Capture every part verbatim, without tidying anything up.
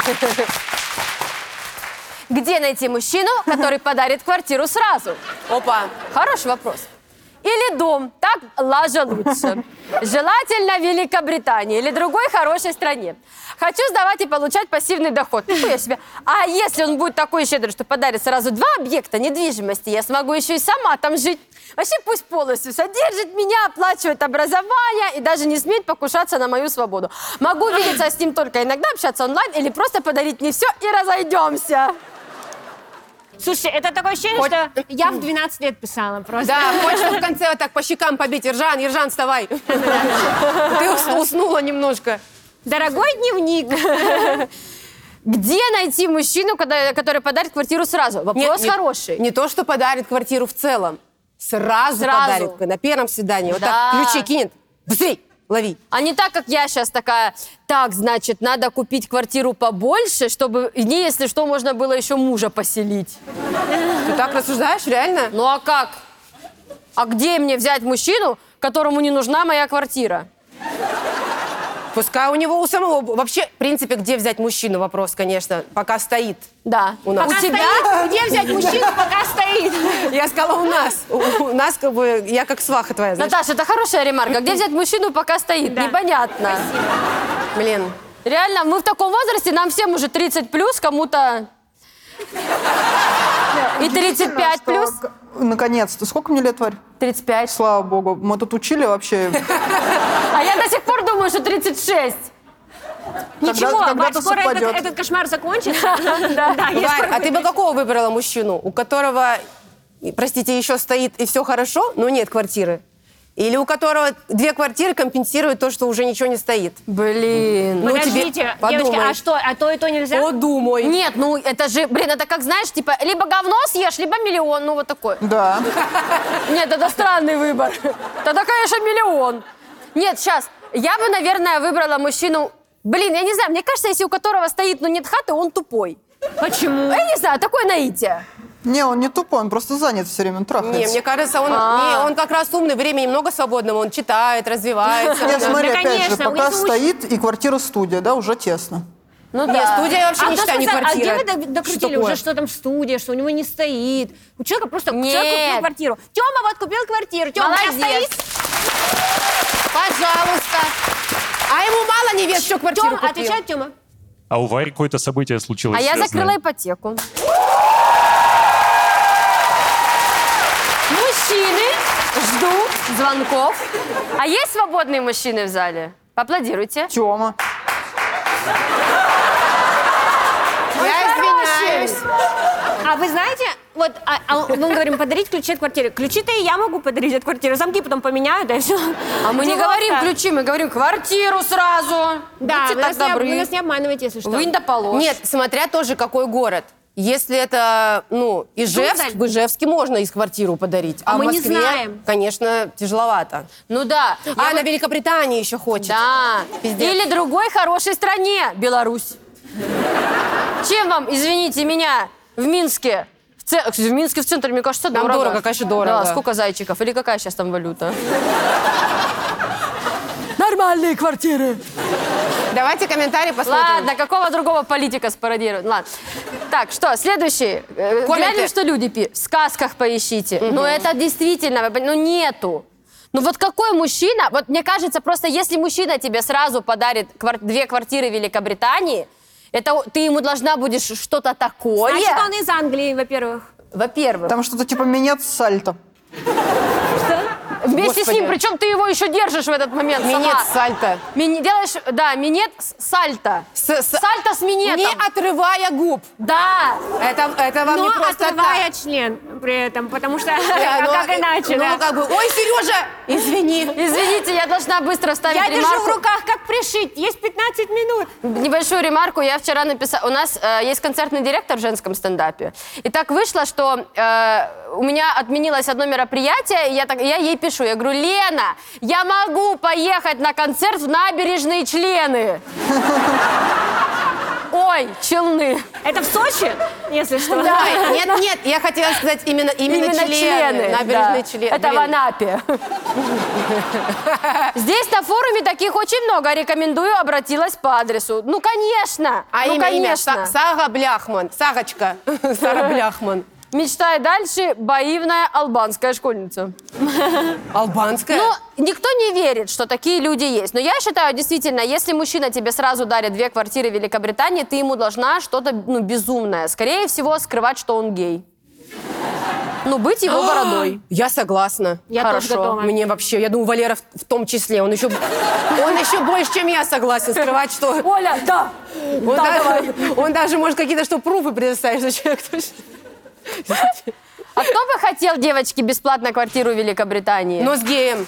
Где найти мужчину, который подарит квартиру сразу? Опа. Хороший вопрос. Или дом, так лажа лучше. Желательно в Великобритании или другой хорошей стране. Хочу сдавать и получать пассивный доход. Нихуя себе. А если он будет такой щедрый, что подарит сразу два объекта недвижимости, я смогу еще и сама там жить. Вообще пусть полностью содержит меня, оплачивает образование и даже не смеет покушаться на мою свободу. Могу видеться с ним только иногда, общаться онлайн или просто подарить мне все и разойдемся. Слушай, это такое ощущение, Хоть... что я в двенадцать лет писала просто. Да, хочешь в конце вот так по щекам побить. Ержан, Ержан, вставай. Ты уснула немножко. Дорогой дневник. Где найти мужчину, который подарит квартиру сразу? Вопрос Нет, хороший. Не, не то, что подарит квартиру в целом. Сразу, Сразу. подарит. На первом свидании. Вот Да. так ключи кинет. Быстрей, лови. А не так, как я сейчас такая, так, значит, надо купить квартиру побольше, чтобы в ней, если что, можно было еще мужа поселить. Ты так рассуждаешь, реально? Ну а как? А где мне взять мужчину, которому не нужна моя квартира? Пускай у него у самого... Вообще, в принципе, где взять мужчину, вопрос, конечно, пока стоит. Да. У нас. Пока У тебя? стоит, где взять мужчину, пока стоит? Я сказала, у нас. У, у нас, как бы, я как сваха твоя, знаешь. Наташа, это хорошая ремарка. Где взять мужчину, пока стоит? Да. Непонятно. Блин. Реально, мы в таком возрасте, нам всем уже тридцать плюс, кому-то и тридцать пять плюс. Наконец-то. Сколько мне лет, Варь? тридцать пять. Слава богу. Мы тут учили вообще. А я до сих пор думаю, что тридцать шесть. Ничего, когда-то Варь, скоро этот, совпадет. этот кошмар закончится. Да, я Варь, скоро а ты бы какого выбрала мужчину? У которого, простите, еще стоит и все хорошо, но нет квартиры? Или у которого две квартиры компенсируют то, что уже ничего не стоит? Блин. Ну, Подождите, тебе девочки, подумай. а что, а то и то нельзя? Подумай. Нет, ну это же, блин, это как, знаешь, типа, либо говно съешь, либо миллион, ну вот такой. Да. Нет, это странный выбор. Тогда, конечно, миллион. Нет, сейчас, я бы, наверное, выбрала мужчину, блин, я не знаю, мне кажется, если у которого стоит, ну нет хаты, он тупой. Почему? Я не знаю, такое наитие. Не, он не тупой, он просто занят все время, он трахается. Не, мне кажется, он, не, он как раз умный, времени много свободного, он читает, развивается. Нет, смотри, Да, опять же, конечно, пока если муж- стоит и квартира-студия, да, уже тесно. Ну Нет, да. студия я вообще А, не кто считаю, не сказал, а квартира. где вы до- докрутили Что такое? уже, что там студия, что у него не стоит? У человека просто Нет. человек купил квартиру. Тёма вот купил квартиру. Тёма, у тебя Молодец. стоит? Пожалуйста. А ему мало невест, что квартиру Тёма, купил? отвечает Тёма. А у Вари какое-то событие случилось. А я честное. закрыла ипотеку. Мужчины, жду звонков. А есть свободные мужчины в зале? Поаплодируйте. Тёма. Я извиняюсь. А вы знаете, вот а, а мы говорим подарить ключи от квартиры. Ключи-то и я могу подарить от квартиры. Замки потом поменяю, да и все. А мы не говорим ключи, мы говорим квартиру сразу. Да, Будьте вы так нас, не, добры. вы нас не обманываете, если что. Вынь да положь. Нет, смотря тоже какой город. Если это, ну, Ижевск, Суздаль. в Ижевске можно из квартиру подарить. А, А в мы не Москве, знаем. конечно, тяжеловато. Ну да. Я А, вот- на Великобритании еще хочет. Да. Пиздец. Или другой хорошей стране, Беларусь. Чем вам, извините меня, в Минске? В, ц- в Минске в центре, мне кажется, Там дорого. дорого, конечно, дорого. Да, сколько зайчиков? Или какая сейчас там валюта? Нормальные квартиры. Давайте комментарии посмотрим. Ладно, какого другого политика спародировать? Ладно. Так, что, следующий. Э, Коля, Глянем, ты- что люди пишут. В сказках поищите. Ну, это действительно, вы пон- ну, нету. Ну, вот какой мужчина... Вот мне кажется, просто если мужчина тебе сразу подарит квар- две квартиры в Великобритании, это о- ты ему должна будешь что-то такое. Значит, он из Англии, во-первых. Во-первых. Там что-то типа минет сальто. Вместе Господи. с ним, причем ты его еще держишь в этот момент Минет, сама. сальто. Мини- делаешь, да, минет с сальто. С- с- Сальто с минетом. Не отрывая губ. Да. Это, это вам Но не просто отрывая так. член при этом, потому что Да, а ну, как иначе, ну, да? как бы, ой, Сережа, извини. Извините, я должна быстро вставить Я держу ремарку. в руках, как пришить. Есть пятнадцать минут. Небольшую ремарку я вчера написала. У нас э, есть концертный директор в женском стендапе. И так вышло, что э, у меня отменилось одно мероприятие, и я, так, я ей пишу, я говорю, Лена, я могу поехать на концерт в Набережные члены. Ой, Челны. Это в Сочи, если что? Ой, нет, нет, я хотела сказать именно, именно, Именно члены. члены. Набережные да. члены. Это Блин. в Анапе. Здесь на форуме таких очень много. Рекомендую, обратилась по адресу. Ну, конечно. А ну, имя, имя? конечно. Са- Сага Бляхман. Сагочка. Сара Бляхман. Мечтай дальше. Боивная албанская школьница. Албанская? Ну, никто не верит, что такие люди есть. Но я считаю, действительно, если мужчина тебе сразу дарит две квартиры в Великобритании, ты ему должна что-то ну, безумное. Скорее всего, скрывать, что он гей. Ну, быть его бородой. Я согласна. Я Хорошо. тоже готова. Мне вообще, я думаю, Валера в, в том числе. Он еще, он еще больше, чем я согласен скрывать, что... Оля, да. Он, Да, даже, давай. он даже может какие-то что пруфы предоставить, что человек точно... А кто бы хотел, девочки, бесплатно квартиру в Великобритании? Но с геем.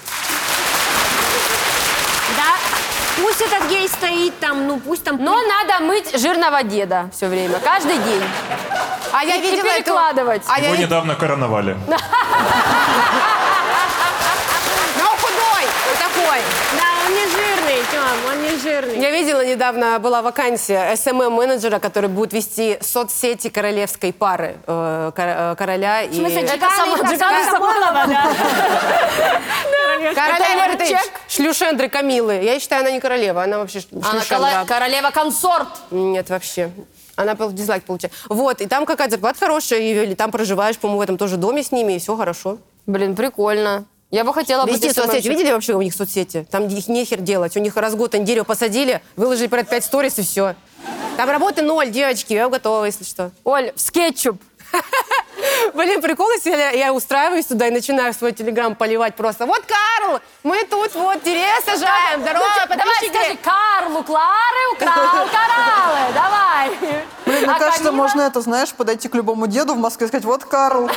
Да, пусть этот гей стоит там, ну пусть там... Но надо мыть жирного деда все время, каждый день. А я И видела эту... перекладывать. А я Его ви- недавно короновали. Но худой, вот такой. Да, он не жирный, Тём, он не жирный. Я видела недавно, была вакансия эс эм эм-менеджера, который будет вести соцсети королевской пары э, кор- э, короля и... В смысле, Это Джигана само- и Хасана Джигана Самойлова, да? Короля Это этой Чек? шлюшендры Камилы. Я считаю, она не королева, она вообще ш- Она шлюшендра. кола- королева-консорт. Нет, вообще. Она пол- дизлайк получает. Вот, и там какая-то зарплата хорошая, и, или там проживаешь, по-моему, в этом тоже доме с ними, и все хорошо. Блин, прикольно. Я бы хотела быть Вести эс эм эм соцсети. щиком. Видели вообще у них соцсети? Там их нехер делать. У них раз в год они дерево посадили, выложили про это пять сторис, и все. Там работы ноль, девочки, я готова, если что. Оль, в скетчуп. Блин, прикол, если я, я устраиваюсь туда и начинаю в свой телеграм поливать просто. Вот, Карл, мы тут вот деревья сажаем, здорово, Ну, давай подписчики. скажи, Карлу Клары украл кораллы. Давай. Блин, мне А кажется, Камила? можно это, знаешь, подойти к любому деду в Москве и сказать, вот Карл.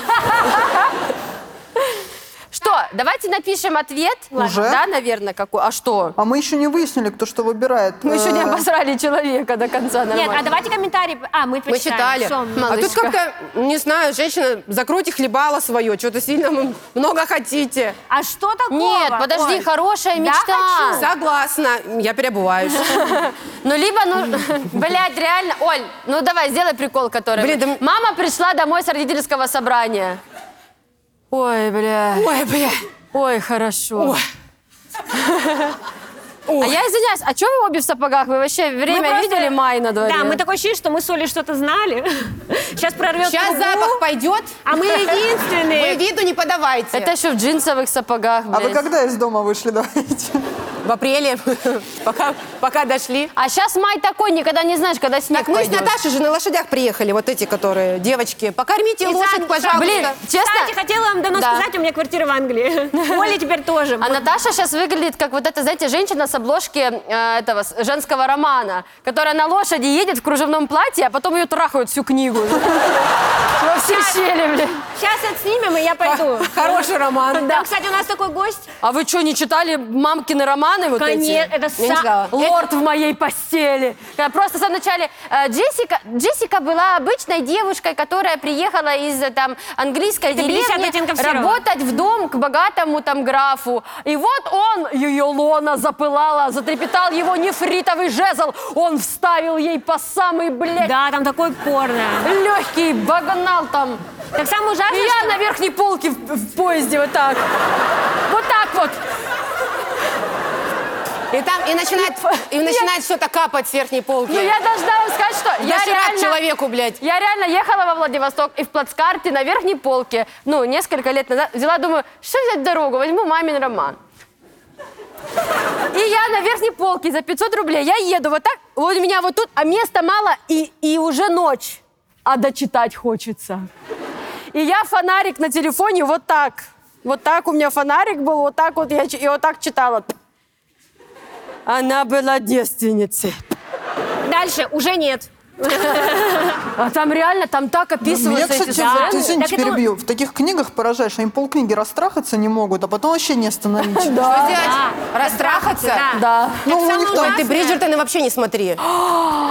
Что, давайте напишем ответ. Уже? Да, наверное, какой. А что? А мы еще не выяснили, кто что выбирает. Мы еще не Э, обосрали человека до конца Нет, нормально. а давайте комментарии. А, мы Мы почитали. читали. Всё, А тут малышка. как-то, не знаю, женщина, закройте хлебало свое, что-то сильно м- много хотите. А что такого? Нет, подожди, Ой. хорошая Да, мечта. хочу. Согласна, я переобуваюсь. Ну, либо, ну, блядь, реально. Оль, ну давай, сделай прикол, который... Блин, да м- Мама пришла домой с родительского собрания. Ой, бля. Ой, бля. Ой, хорошо. Ой. А я извиняюсь, а что вы обе в сапогах? Вы вообще Мы время просто- видели? Май на дворе. Да, мы такое ощущение, что мы с Олей что-то знали. Сейчас прорвет Сейчас трубу, запах пойдет, а мы вы единственные. виду не подавайте. Это еще в джинсовых сапогах, А вы блядь. когда из дома вышли, давайте? В апреле, пока, пока дошли. А сейчас май такой, никогда не знаешь, когда снег Так мы с пойдет. Наташей же на лошадях приехали, вот эти, которые, девочки. Покормите И лошадь, Сань, пожалуйста. Блин, честно? Кстати, хотела вам давно Да. сказать, у меня квартира в Англии. Оля теперь тоже. А Наташа сейчас выглядит как вот эта, знаете, женщина с обложки э, этого с- женского романа, которая на лошади едет в кружевном платье, а потом ее трахают всю книгу. Во все щели, блин. Сейчас отснимем, и я пойду. Хороший роман. Да, кстати, у нас такой гость. А вы что, не читали мамкины романы вот Конечно, эти? это Я не са- читала. Лорд в моей постели. Когда Просто в самом начале э, Джессика, Джессика была обычной девушкой, которая приехала из э, там английской Это пятьдесят деревни оттенков серого. работать в дом к богатому там графу. И вот он, ее лона запылала, затрепетал его нефритовый жезл. Он вставил ей по самый, блядь, Да, там такой порно. легкий баганал там. Так самое ужасное, И я что- на верхней полке в, в поезде вот так. Вот так вот. И там и начинает, и начинает что-то капать с верхней полки. Ну, я должна вам сказать, что я Доширак реально... человеку, блядь. Я реально ехала во Владивосток и в плацкарте на верхней полке, ну, несколько лет назад, взяла, думаю, что взять дорогу, возьму мамин роман. И я на верхней полке за пятьсот рублей, я еду вот так, вот у меня вот тут, а места мало, и, и уже ночь, а дочитать хочется. И я фонарик на телефоне вот так, вот так у меня фонарик был, вот так вот я ч- и вот так читала. Она была девственницей. Дальше уже нет. А там реально, там так Меня, описываются эти кстати, сцены. вот, извините, Так это- перебью. В таких книгах поражаешь, они полкниги растрахаться не могут, а потом вообще не остановить. Что взять? Растрахаться? Да. Да. Ну, у самое них Ой, там... ужасное- ты Бриджертоны вообще не смотри. Там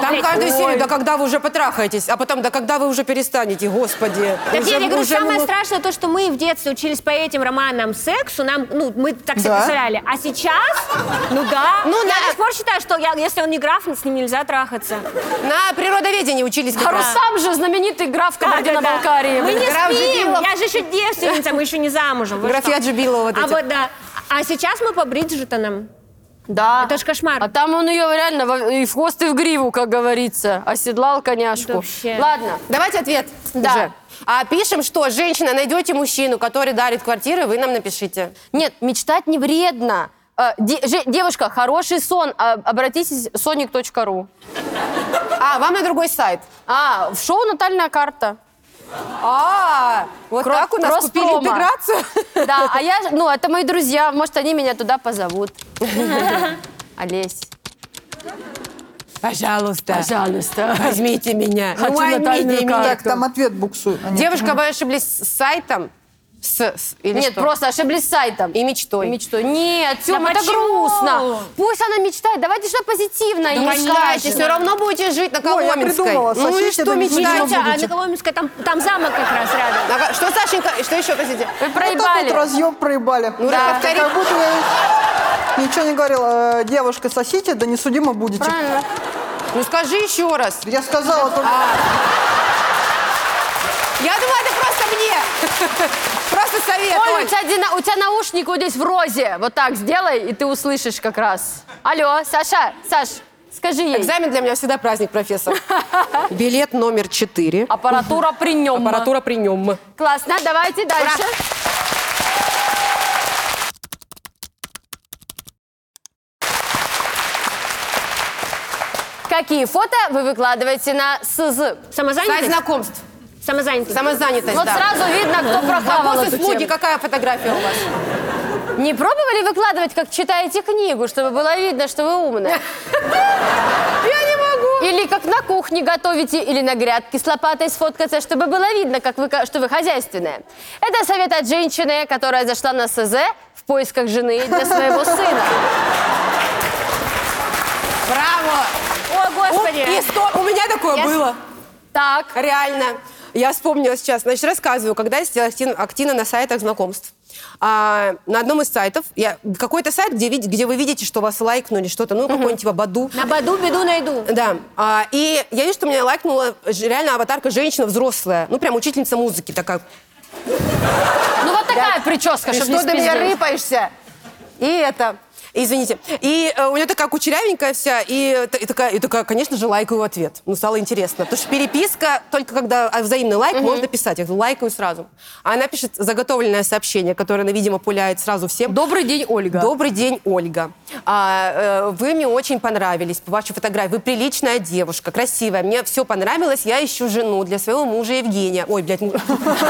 смотреть. каждую Ой. серию, да когда вы уже потрахаетесь, а потом, да когда вы уже перестанете, господи. Так Уже- нет, я говорю, уже самое мы- страшное то, что мы в детстве учились по этим романам сексу, нам, ну, мы так себе Да? представляли. А сейчас, ну да, Ну, я на- до сих пор считаю, что я, если он не граф, с ним нельзя трахаться. На природоведении учились как раз. Рустам же знаменитый граф Кабардино-Балкарии. Мы не Граф спим, Джибилов. я же еще девственница, мы еще не замужем. Вы Графья что? Джибилова вот А эти. вот да. А сейчас мы по Бриджитонам. Да. Это ж кошмар. А там он ее реально во- и в хвост, и в гриву, как говорится, оседлал коняшку. Вообще. Ладно. Давайте ответ. Да. уже. А пишем, что женщина, найдете мужчину, который дарит квартиры, вы нам напишите. Нет, мечтать не вредно. Э, де- же- девушка, хороший сон. А, обратитесь в соник точка ру. А, вам на другой сайт. А, в шоу «Натальная карта». А, вот Кросс- так у нас купили кросс-промо. интеграцию. Да, а я, ну, это мои друзья, может, они меня туда позовут. Олесь, Пожалуйста, пожалуйста. возьмите меня. Хочу Ну, возьмите Натальную меня. Так, там ответ буксует. А нет. Девушка, вы ошиблись с сайтом? С, с- или Нет, что? просто ошиблись с сайтом. И мечтой. И мечтой. Нет, Тёма, это почему? грустно. Пусть она мечтает. Давайте что позитивное. Да, ей мечтайте, скажем. все равно будете жить на Ой, я Коломенской. придумала, Ну и соседи, что да не мечтаете? знаю. Слушайте, а будете. на Коломенской там, там замок как раз рядом. Ага, что, Сашенька, что еще, простите? Вы Вот так проебали. вот разъем проебали. Ну, Да, повтори. как будто я ничего не говорила. Э, Девушка, сосите, да не судимо будете. Правильно. Ну скажи еще раз. Я сказала только... Я думала, это просто мне. Просто совет. Оль, Оль. у тебя, дина- у тебя наушник вот здесь в розе. Вот так сделай, и ты услышишь как раз. Алло, Саша, Саш, скажи ей. Экзамен для меня всегда праздник, профессор. Билет номер четыре. Аппаратура при нем. Аппаратура при нем. Классно, давайте дальше. Какие фото вы выкладываете на СЗ? Сайт Самозанятость? знакомств. Самозанятость. Самозанятость, Вот да. сразу видно, кто прохавал Вопросы эту слуги, тему. какая фотография у вас? Не пробовали выкладывать, как читаете книгу, чтобы было видно, что вы умная? Я не могу. Или как на кухне готовите, или на грядке с лопатой сфоткаться, чтобы было видно, как вы, что вы хозяйственная. Это совет от женщины, которая зашла на СЗ в поисках жены для своего сына. Браво. О, Господи. И стоп, у меня такое Я с- было. Так, Реально. Я вспомнила сейчас. Значит, рассказываю, когда я сидела активно, активно на сайтах знакомств. А, на одном из сайтов, я, какой-то сайт, где, вид- где вы видите, что вас лайкнули, что-то, ну, какой-нибудь типа Баду. На Баду беду найду. Да. А, и я вижу, что меня лайкнула ж- реально аватарка женщина взрослая. Ну, прям учительница музыки такая. ну вот такая прическа, И чтобы не что ты меня спиздеть. рыпаешься? И это... Извините. И э, у нее такая кучерявенькая вся, и, т- и такая, и такая, конечно же, лайкаю в ответ. Ну, стало интересно. Потому что переписка, только когда взаимный лайк, можно писать. Я говорю, лайкаю сразу. А она пишет заготовленное сообщение, которое она, видимо, пуляет сразу всем. Добрый день, Ольга. Добрый день, Ольга. А, э, вы мне очень понравились по вашей фотографии. Вы приличная девушка, красивая. Мне все понравилось. Я ищу жену для своего мужа Евгения. Ой, блядь, муж.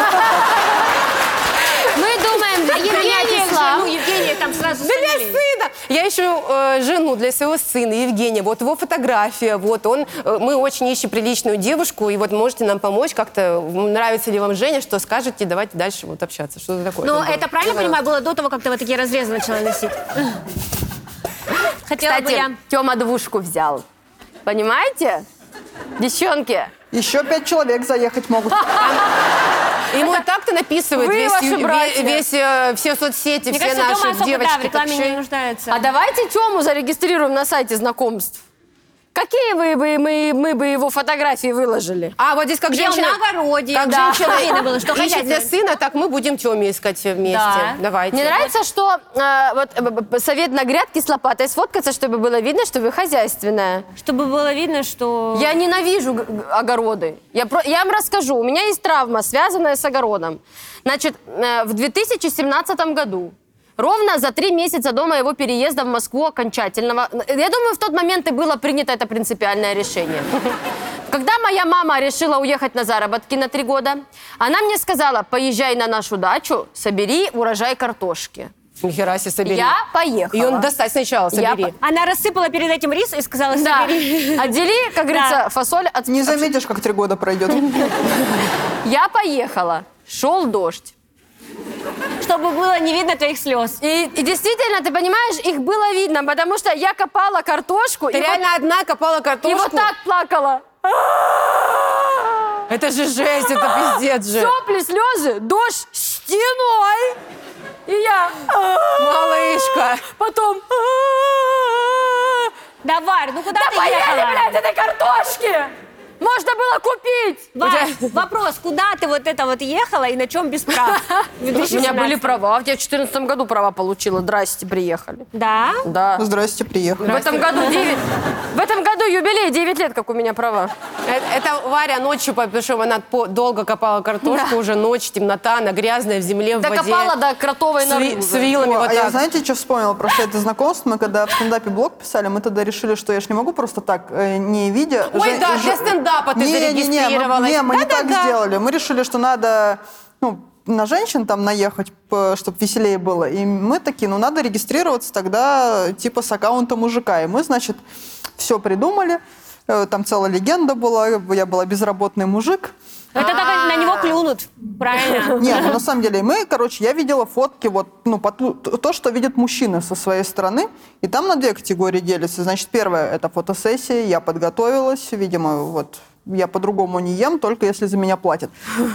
Мы думаем, А Евгения Евгения, Кислав. ну, Евгения там сразу Для фамилия. сына! Я ищу э, жену для своего сына Евгения. Вот его фотография. Вот он. э, мы очень ищем приличную девушку. И вот можете нам помочь как-то. Нравится ли вам Женя? Что скажете? Давайте дальше вот общаться. Что это такое? Но там было? это правильно Что понимаю, было до того, как ты вот такие разрезы начала носить? Хотела бы Кстати, я... Тёма двушку взял. Понимаете? Девчонки. Еще пять человек заехать могут. Ему и так-то написывает Вы весь, ваши ю- братья. весь, э, все соцсети, Мне все кажется, Тёма наши особо, девочки. да, в рекламе так не что- нуждается. А давайте Тему зарегистрируем на сайте знакомств. Какие вы бы, мы, мы бы его фотографии выложили? А, вот здесь как Где он женщина... на огороде. Как Да. женщина Видно было, что ищет для хозяйственная. сына, так мы будем Тёме искать все вместе. Да. Давайте. Мне нравится, что э, вот, э, б- б- совет на грядке с лопатой сфоткаться, чтобы было видно, что вы хозяйственная. Чтобы было видно, что... Я ненавижу г- г- огороды. Я, про- я вам расскажу. У меня есть травма, связанная с огородом. Значит, э, в две тысячи семнадцатом году, ровно за три месяца до моего переезда в Москву окончательного, я думаю, в тот момент и было принято это принципиальное решение. Когда моя мама решила уехать на заработки на три года, она мне сказала: поезжай на нашу дачу, собери урожай картошки. Нихера себе, собери. Я поехала. И он достать сначала, Я собери. по- Она рассыпала перед этим рис и сказала: Да, собери. отдели, как говорится, фасоль от... Не заметишь, как три года пройдет. Я поехала. Шел дождь. чтобы было не видно твоих слез. И, и действительно, ты понимаешь, их было видно, потому что я копала картошку. Ты и реально одна копала вот, картошку? и вот так плакала. Это же жесть, это пиздец же. Сопли, слезы, дождь стеной. И я... Малышка. Потом... Да, Варь, ну куда Да ты поели, ехала? блядь, этой картошки! Можно было купить! Варь, вопрос, куда ты вот это вот ехала и на чем без прав? В У меня были 2017? права. Я в две тысячи четырнадцатом году права получила. Здрасте, приехали. Да? Да. Здрасте, приехали. В этом году девять... В этом году юбилей девять лет, как у меня права. Это, это Варя ночью, потому что она по- долго копала картошку, уже ночь, темнота, она грязная, в земле, в воде. Докопала до кротовой С, норы. ви- с уже. вилами О, вот а я, так. знаете, что вспомнила? Просто это знакомство. Мы когда в стендапе блог писали, мы тогда решили, что я ж не могу просто так, э, не видя... Ой, же- да, же- для стендапа ты Не, не, не, мы, зарегистрировалась. не, мы не так Да-да-да. сделали. Мы решили, что надо, ну, на женщин там наехать, чтобы веселее было. И мы такие, ну, надо регистрироваться тогда типа с аккаунта мужика. И мы, значит, все придумали. Э, Там целая легенда была. Я была безработный мужик. Это только на него клюнут, правильно? Нет, ну, на самом деле, мы, короче, я видела фотки, вот, ну, по ту- то, что видят мужчины со своей стороны, и там на две категории делятся. Значит, первая – это фотосессия, я подготовилась, видимо, вот, я по-другому не ем, только если за меня платят.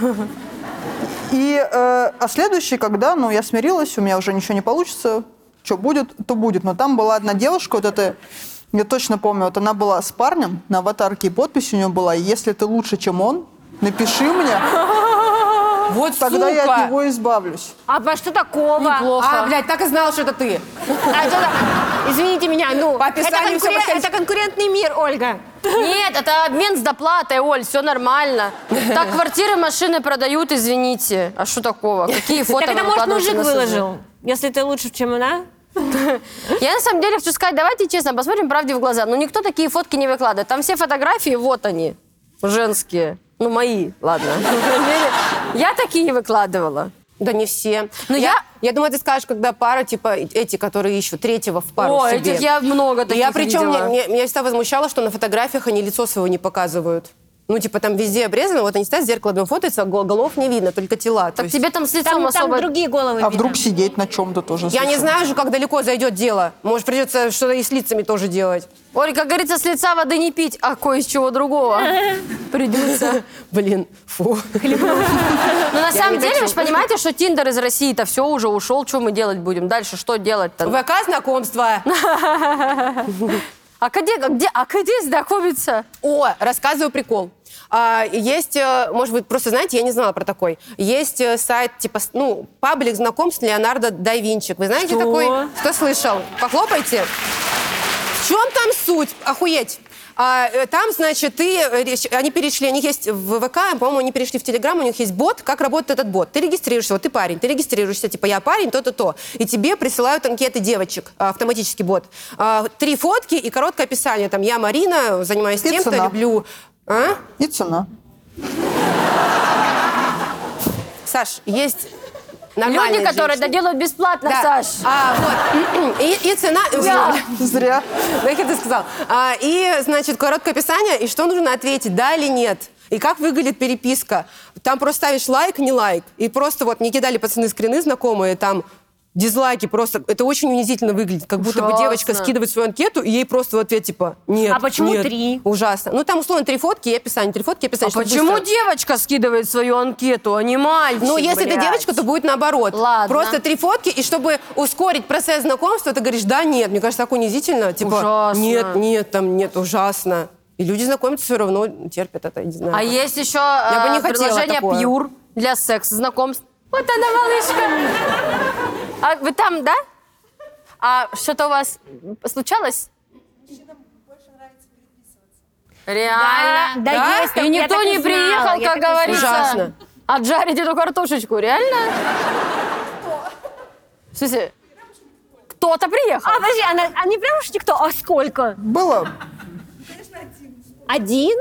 И, э, а следующий, когда, ну, я смирилась, у меня уже ничего не получится, что будет, то будет. Но там была одна девушка, вот эта, я точно помню, вот она была с парнем, на аватарке, и подпись у нее была: «Если ты лучше, чем он, напиши мне». Вот Тогда сука. я от него избавлюсь. А по что такого? Неплохо. А, блядь, так и знала, что это ты. А это- извините меня, ну, По это, описанию всё конкурен- подходит. это конкурентный мир, Ольга. Нет, это обмен с доплатой, Оль, все нормально. Так квартиры, машины продают, извините. А что такого? Какие фото Так это, вы может, выкладываете мужик на СЗ? выложил, если ты лучше, чем она. Я на самом деле хочу сказать, давайте честно посмотрим правде в глаза. Ну, никто такие фотки не выкладывает. Там все фотографии, вот они, женские. Ну, мои, ладно. Я такие выкладывала. Да не все. Ну, я, я- я думаю, ты скажешь, когда пара, типа, эти, которые ищут третьего в пару О, себе. этих я много Но таких я причем, видела. меня, меня всегда возмущало, что на фотографиях они лицо своего не показывают. Ну, типа, там везде обрезано, вот они стоят, в зеркало одно фотоются, гол- голов не видно, только тела. То Так есть тебе там с лицом Там, там особо... другие головы А видно. вдруг сидеть на чем-то тоже? Я не слышно? знаю же, как далеко зайдет дело. Может, придется что-то и с лицами тоже делать. Оль, как говорится, с лица воды не пить, а кое из чего другого придется. Блин, фу. Но на самом не деле, хочу. вы же понимаете, что Тиндер из России-то все уже ушел, что мы делать будем? Дальше что делать-то? ВК знакомства. А где, а где, а где знакомиться? О, рассказываю прикол. А, есть, э, может быть, просто знаете, я не знала про такой. Есть э, сайт, типа, с- ну, паблик знакомств Леонардо да Винчи. Вы знаете Что? такой? Кто слышал? Похлопайте. В чем там суть? Охуеть. А, э, там, значит, ты, э, речь- они перешли, они есть в ВК, по-моему, они перешли в Телеграм, у них есть бот, как работает этот бот. Ты регистрируешься, вот ты парень, ты регистрируешься, типа, я парень, то-то, то. И тебе присылают анкеты девочек, а, автоматический бот. А, три фотки и короткое описание. Там, я Марина, занимаюсь И тем-то, цена. люблю... А? И цена. Саш, есть нормальные Люди, которые это женщины. делают бесплатно, Да. Саш. А, вот. И, и цена... Я. Зря. Да, как ты сказал. А, и, значит, короткое описание, и что нужно ответить, да или нет. И как выглядит переписка. Там просто ставишь лайк, не лайк. И просто вот мне кидали пацаны скрины знакомые, там дизлайки просто. Это очень унизительно выглядит. Как будто бы Ужасно. девочка скидывает свою анкету, и ей просто в ответ типа нет, А почему нет. три? Ужасно. Ну, там условно три фотки и описание. Три фотки и описание. А чтобы почему быстро. девочка скидывает свою анкету, а не мальчик? Ну, если блядь? ты девочка, то будет наоборот. Ладно. Просто три фотки, и чтобы ускорить процесс знакомства, ты говоришь, да, нет. Мне кажется, так унизительно. Типа, Ужасно. нет, нет, там нет, ужасно. И люди знакомятся все равно, терпят это, я не знаю. А есть еще бы не э, хотела приложение такое. Pure для секса, знакомств. Вот она, малышка. А вы там, да? А что-то у вас случалось? Реально? Да, да, есть там, И я никто так и не знала, приехал, я как так и говорится. Ужасно. Отжарить эту картошечку, реально? В смысле, кто-то приехал. А, подожди, она, а не прям уж никто, а сколько? Было. Один?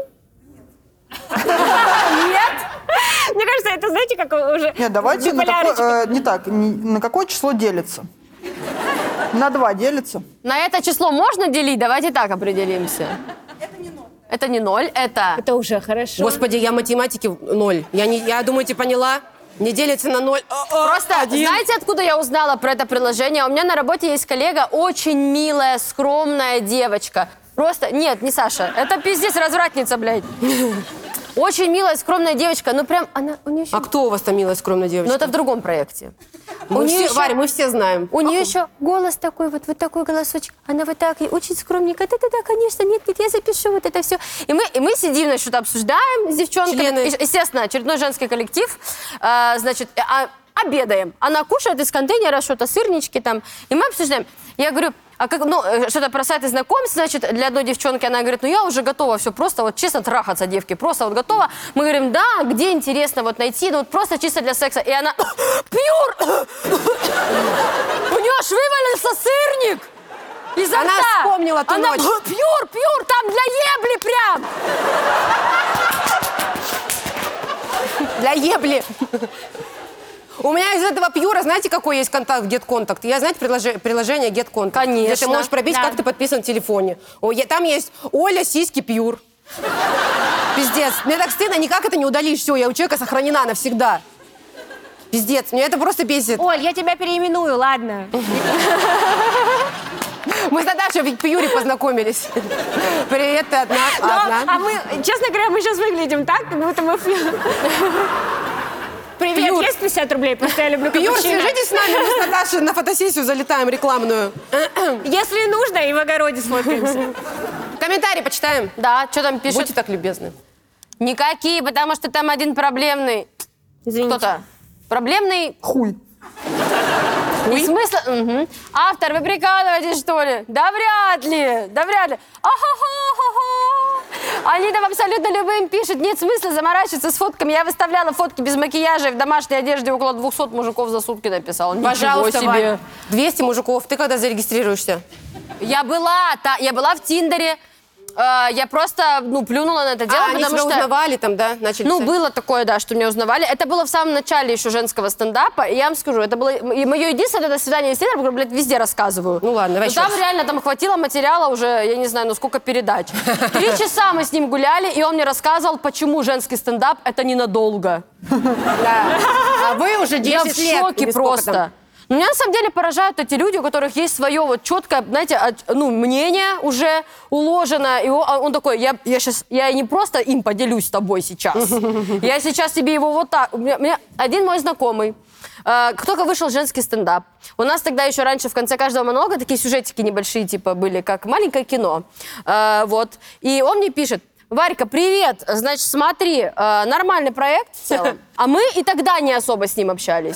Нет? Мне кажется, это, знаете, как уже Нет, давайте на биполярочка. какое, э, не так. не- на какое число делится? На два делится. На это число можно делить? Давайте так определимся. Это не ноль. Это не ноль, это... Это уже хорошо. Господи, я математики ноль. Я, не, я думаете, поняла? Не делится на ноль. Просто, Один. знаете, откуда я узнала про это приложение? У меня на работе есть коллега, очень милая, скромная девочка. Просто, нет, не Саша, это пиздец, развратница, блядь. Очень милая, скромная девочка, ну прям, она, у нее еще... А кто у вас там милая, скромная девочка? Ну это в другом проекте. Мы у нее все, Варя, мы все знаем. У нее еще голос такой, вот, вот такой голосочек. Она вот так, и очень скромненько. Да-да-да, конечно, нет, нет, я запишу вот это все. И мы, и мы сидим, значит, что-то обсуждаем с девчонками. Члены. И, естественно, очередной женский коллектив. А, значит, а, обедаем. Она кушает из контейнера что-то, сырнички там. И мы обсуждаем. Я говорю, а как, ну, что-то про сайты знакомств, значит, для одной девчонки она говорит, ну, я уже готова все просто, вот, честно, трахаться, девки, просто вот готова. Мы говорим, да, где интересно вот найти, ну, вот просто чисто для секса. И она, пьюр! У нее аж вывалился сырник изо Она рта. вспомнила ту Она, ночь. пьюр, пьюр, там для ебли прям. Для ебли. У меня из этого пьюра, знаете, какой есть контакт, GetContact? Я, знаете, приложение, приложение GetContact. Конечно. Где ты можешь пробить, Да. как ты подписан в телефоне. О, я- там есть Оля, сиськи, пьюр. Пиздец. Мне так стыдно, никак это не удалишь. Все, я у человека сохранена навсегда. Пиздец, мне это просто бесит. Оль, я тебя переименую, ладно? Мы с Наташей в пьюре познакомились. Привет, ты одна? Но, одна. а мы, честно говоря, мы сейчас выглядим так, как будто мы... Привет, Пьюр. есть пятьдесят рублей? Просто я люблю Пьюр, капучино. свяжитесь с нами, мы с Наташей на фотосессию залетаем рекламную. Если нужно, и в огороде сфоткаемся. Комментарии почитаем. Да, что там пишут? Будьте так любезны. Никакие, потому что там один проблемный. Извините. Кто-то. Проблемный. Хуй. Не смысла. Мгм. Автор, вы прикалываетесь, что ли? Да вряд ли. Да вряд ли. Ахахахаха. Они там абсолютно любым пишут. Нет смысла заморачиваться с фотками. Я выставляла фотки без макияжа и в домашней одежде около двухсот мужиков за сутки написала. Ничего Пожалуйста, себе. Вань. двести мужиков. Ты когда зарегистрируешься? Я была, та, я была в Тиндере. Э, я просто, ну, плюнула на это дело, А, они потому тебя что... узнавали там, да? Начали Ну, писать? было такое, да, что меня узнавали. Это было в самом начале еще женского стендапа. И я вам скажу, это было и мое единственное это свидание с Тиндером, которое, блядь, везде рассказываю. Ну ладно, давай Но там еще. реально там хватило материала уже, я не знаю, ну сколько передач. Три часа мы с ним гуляли, и он мне рассказывал, почему женский стендап — это ненадолго. Да. А вы уже Я десять в лет. шоке или сколько просто. там? Но меня на самом деле поражают эти люди, у которых есть свое вот четкое, знаете, от- ну, мнение уже уложено. И он, он такой, я, я сейчас, я не просто им поделюсь с тобой сейчас. Я сейчас тебе его вот так. У меня, у меня один мой знакомый, э, только вышел женский стендап. У нас тогда еще раньше в конце каждого монолога такие сюжетики небольшие, типа, были, как маленькое кино. Э, вот. И он мне пишет: Варька, привет! Значит, смотри, э, нормальный проект в целом. А мы и тогда не особо с ним общались.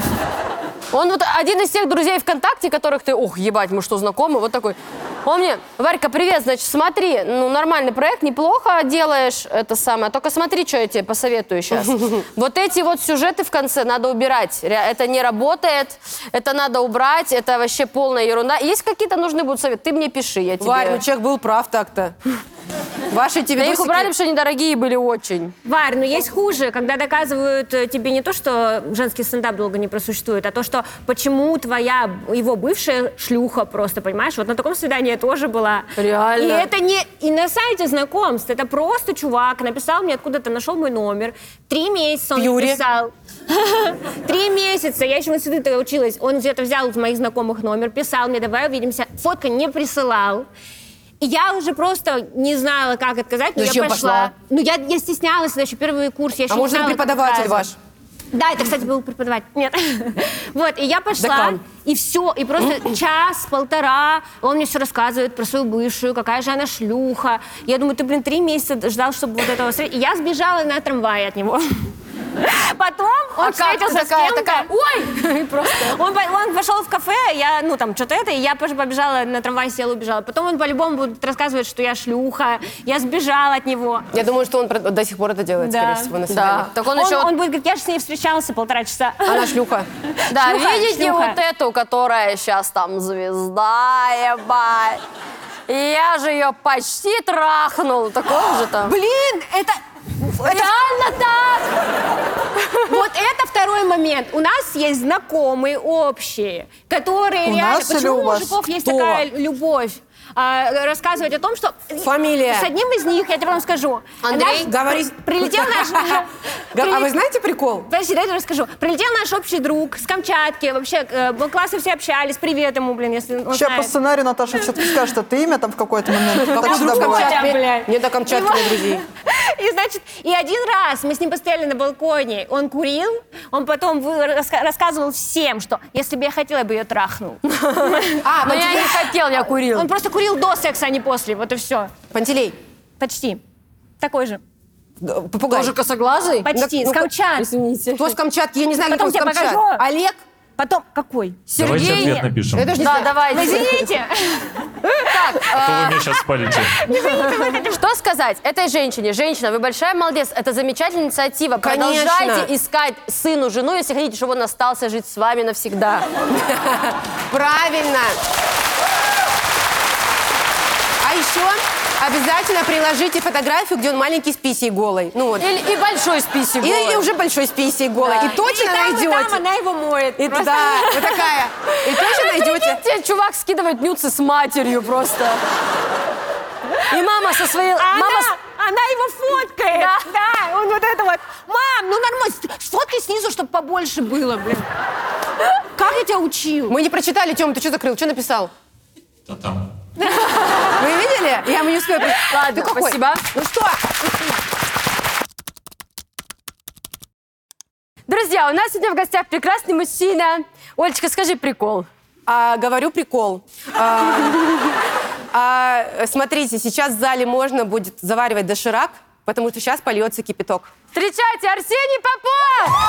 Он вот один из тех друзей ВКонтакте, которых ты, ох, ебать, мы что, знакомы? Вот такой. Он мне: Варька, привет, значит, смотри, ну, нормальный проект, неплохо делаешь это самое, только смотри, что я тебе посоветую сейчас. Вот эти вот сюжеты в конце надо убирать. Ре- Это не работает, это надо убрать, это вообще полная ерунда. Есть какие-то нужны будут советы, ты мне пиши, я тебе... Варь, ну человек был прав так-то. Ваши тебе Да их убрали, потому что они дорогие были очень. Варь, но есть хуже, когда доказывают э, тебе не то, что женский стендап долго не просуществует, а то, что почему твоя, его бывшая шлюха просто, понимаешь? Вот на таком свидании я тоже была. Реально. И это не и на сайте знакомств, это просто чувак написал мне, откуда-то нашел мой номер. Три месяца он Пьюре. писал. Три месяца, я еще в институте училась. Он где-то взял из моих знакомых номер, писал мне, давай увидимся. Фотка не присылал. И я уже просто не знала, как отказать, но Зачем я пошла. пошла? Ну, я, я стеснялась, это еще первый курс. Я еще А не может, знала, он как преподаватель ваш? отказывать. Да, это, кстати, был преподаватель. Нет. Вот, и я пошла, Декан. и все, и просто час-полтора он мне все рассказывает про свою бывшую, какая же она шлюха. Я думаю, ты, блин, три месяца ждал, чтобы вот этого встретить. И я сбежала на трамвае от него. Потом он А как ты встретился с такая, кем-то. такая, ой! Просто. Он, по- он пошел в кафе, я, ну, там, что-то это, и я тоже побежала на трамвай, села, убежала. Потом он по-любому будет рассказывать, что я шлюха, я сбежала от него. Я думаю, что он про- до сих пор это делает, Да. скорее всего, на свиданиях. Да. Так он, Он, еще... он будет говорить, я же с ней встречался полтора часа. Она шлюха. Да, Шлюха, видите шлюха. вот эту, которая сейчас там звезда, ебать. Я же ее почти трахнул. Такого же там. Блин, это... Реально так! Вот это второй момент. У нас есть знакомые общие, которые У реально... нас или Почему у у вас? мужиков есть Кто? такая любовь? а, рассказывать о том, что... Фамилия. С одним из них, я тебе вам скажу. Андрей, Наш- говори. Прилетел наш... А вы знаете прикол? Подожди, дай я расскажу. Прилетел наш общий друг с Камчатки. Вообще, э, мы классы все общались. Привет ему, блин, если он Сейчас по знает. сценарию Наташа все-таки скажет это имя там в какой-то момент. Так Какой всегда друг бывает. Камчатки? Камчатки, блядь. Нет, до Камчатки нет друзей. И, значит, и один раз мы с ним постояли на балконе, он курил, он потом вы- раска- рассказывал всем, что если бы я хотела, я бы ее трахнул. А, Но я не хотел, я курил. Он просто курил до секса, а не после, вот и все. Пантелей. Почти. Такой же. Д- Попугай. Тоже косоглазый? Почти, ну, с Камчатки. Извините. Кто с Камчатки? Я не знаю, Потом никого с тебе Камчатки. покажу. Олег? Потом, какой? Давайте Сергей? ответ напишем. Это ж не Да, знаю. давайте. Извините. А то вы меня сейчас спалите. Что сказать этой женщине? Женщина, вы большая молодец. Это замечательная инициатива. Конечно. Продолжайте искать сыну жену, если хотите, чтобы он остался жить с вами навсегда. Правильно. А еще обязательно приложите фотографию, где он маленький с писей голой. Ну вот. Или и большой списи И, и уже большой с писей голой. Да. И точно И там, и найдете. там она его моет. И Просто. да, вот такая. И точно найдете. Прикиньте, чувак скидывает нюцы с матерью просто. И мама со своей... А Мама Она, с- она его фоткает. Да. Да, он вот это вот. Мам, ну нормально, сфоткай снизу, чтобы побольше было, блин. Как я тебя учил? Мы не прочитали, Тём, ты что закрыл? Что написал? Да там. Вы видели? Я ему не успела. при- Ладно, Ты какой? спасибо. Ну что? Друзья, у нас сегодня в гостях прекрасный мужчина. Олечка, скажи прикол. А, говорю прикол. А, а, смотрите, сейчас в зале можно будет заваривать доширак, потому что сейчас польется кипяток. Встречайте, Арсений Попов!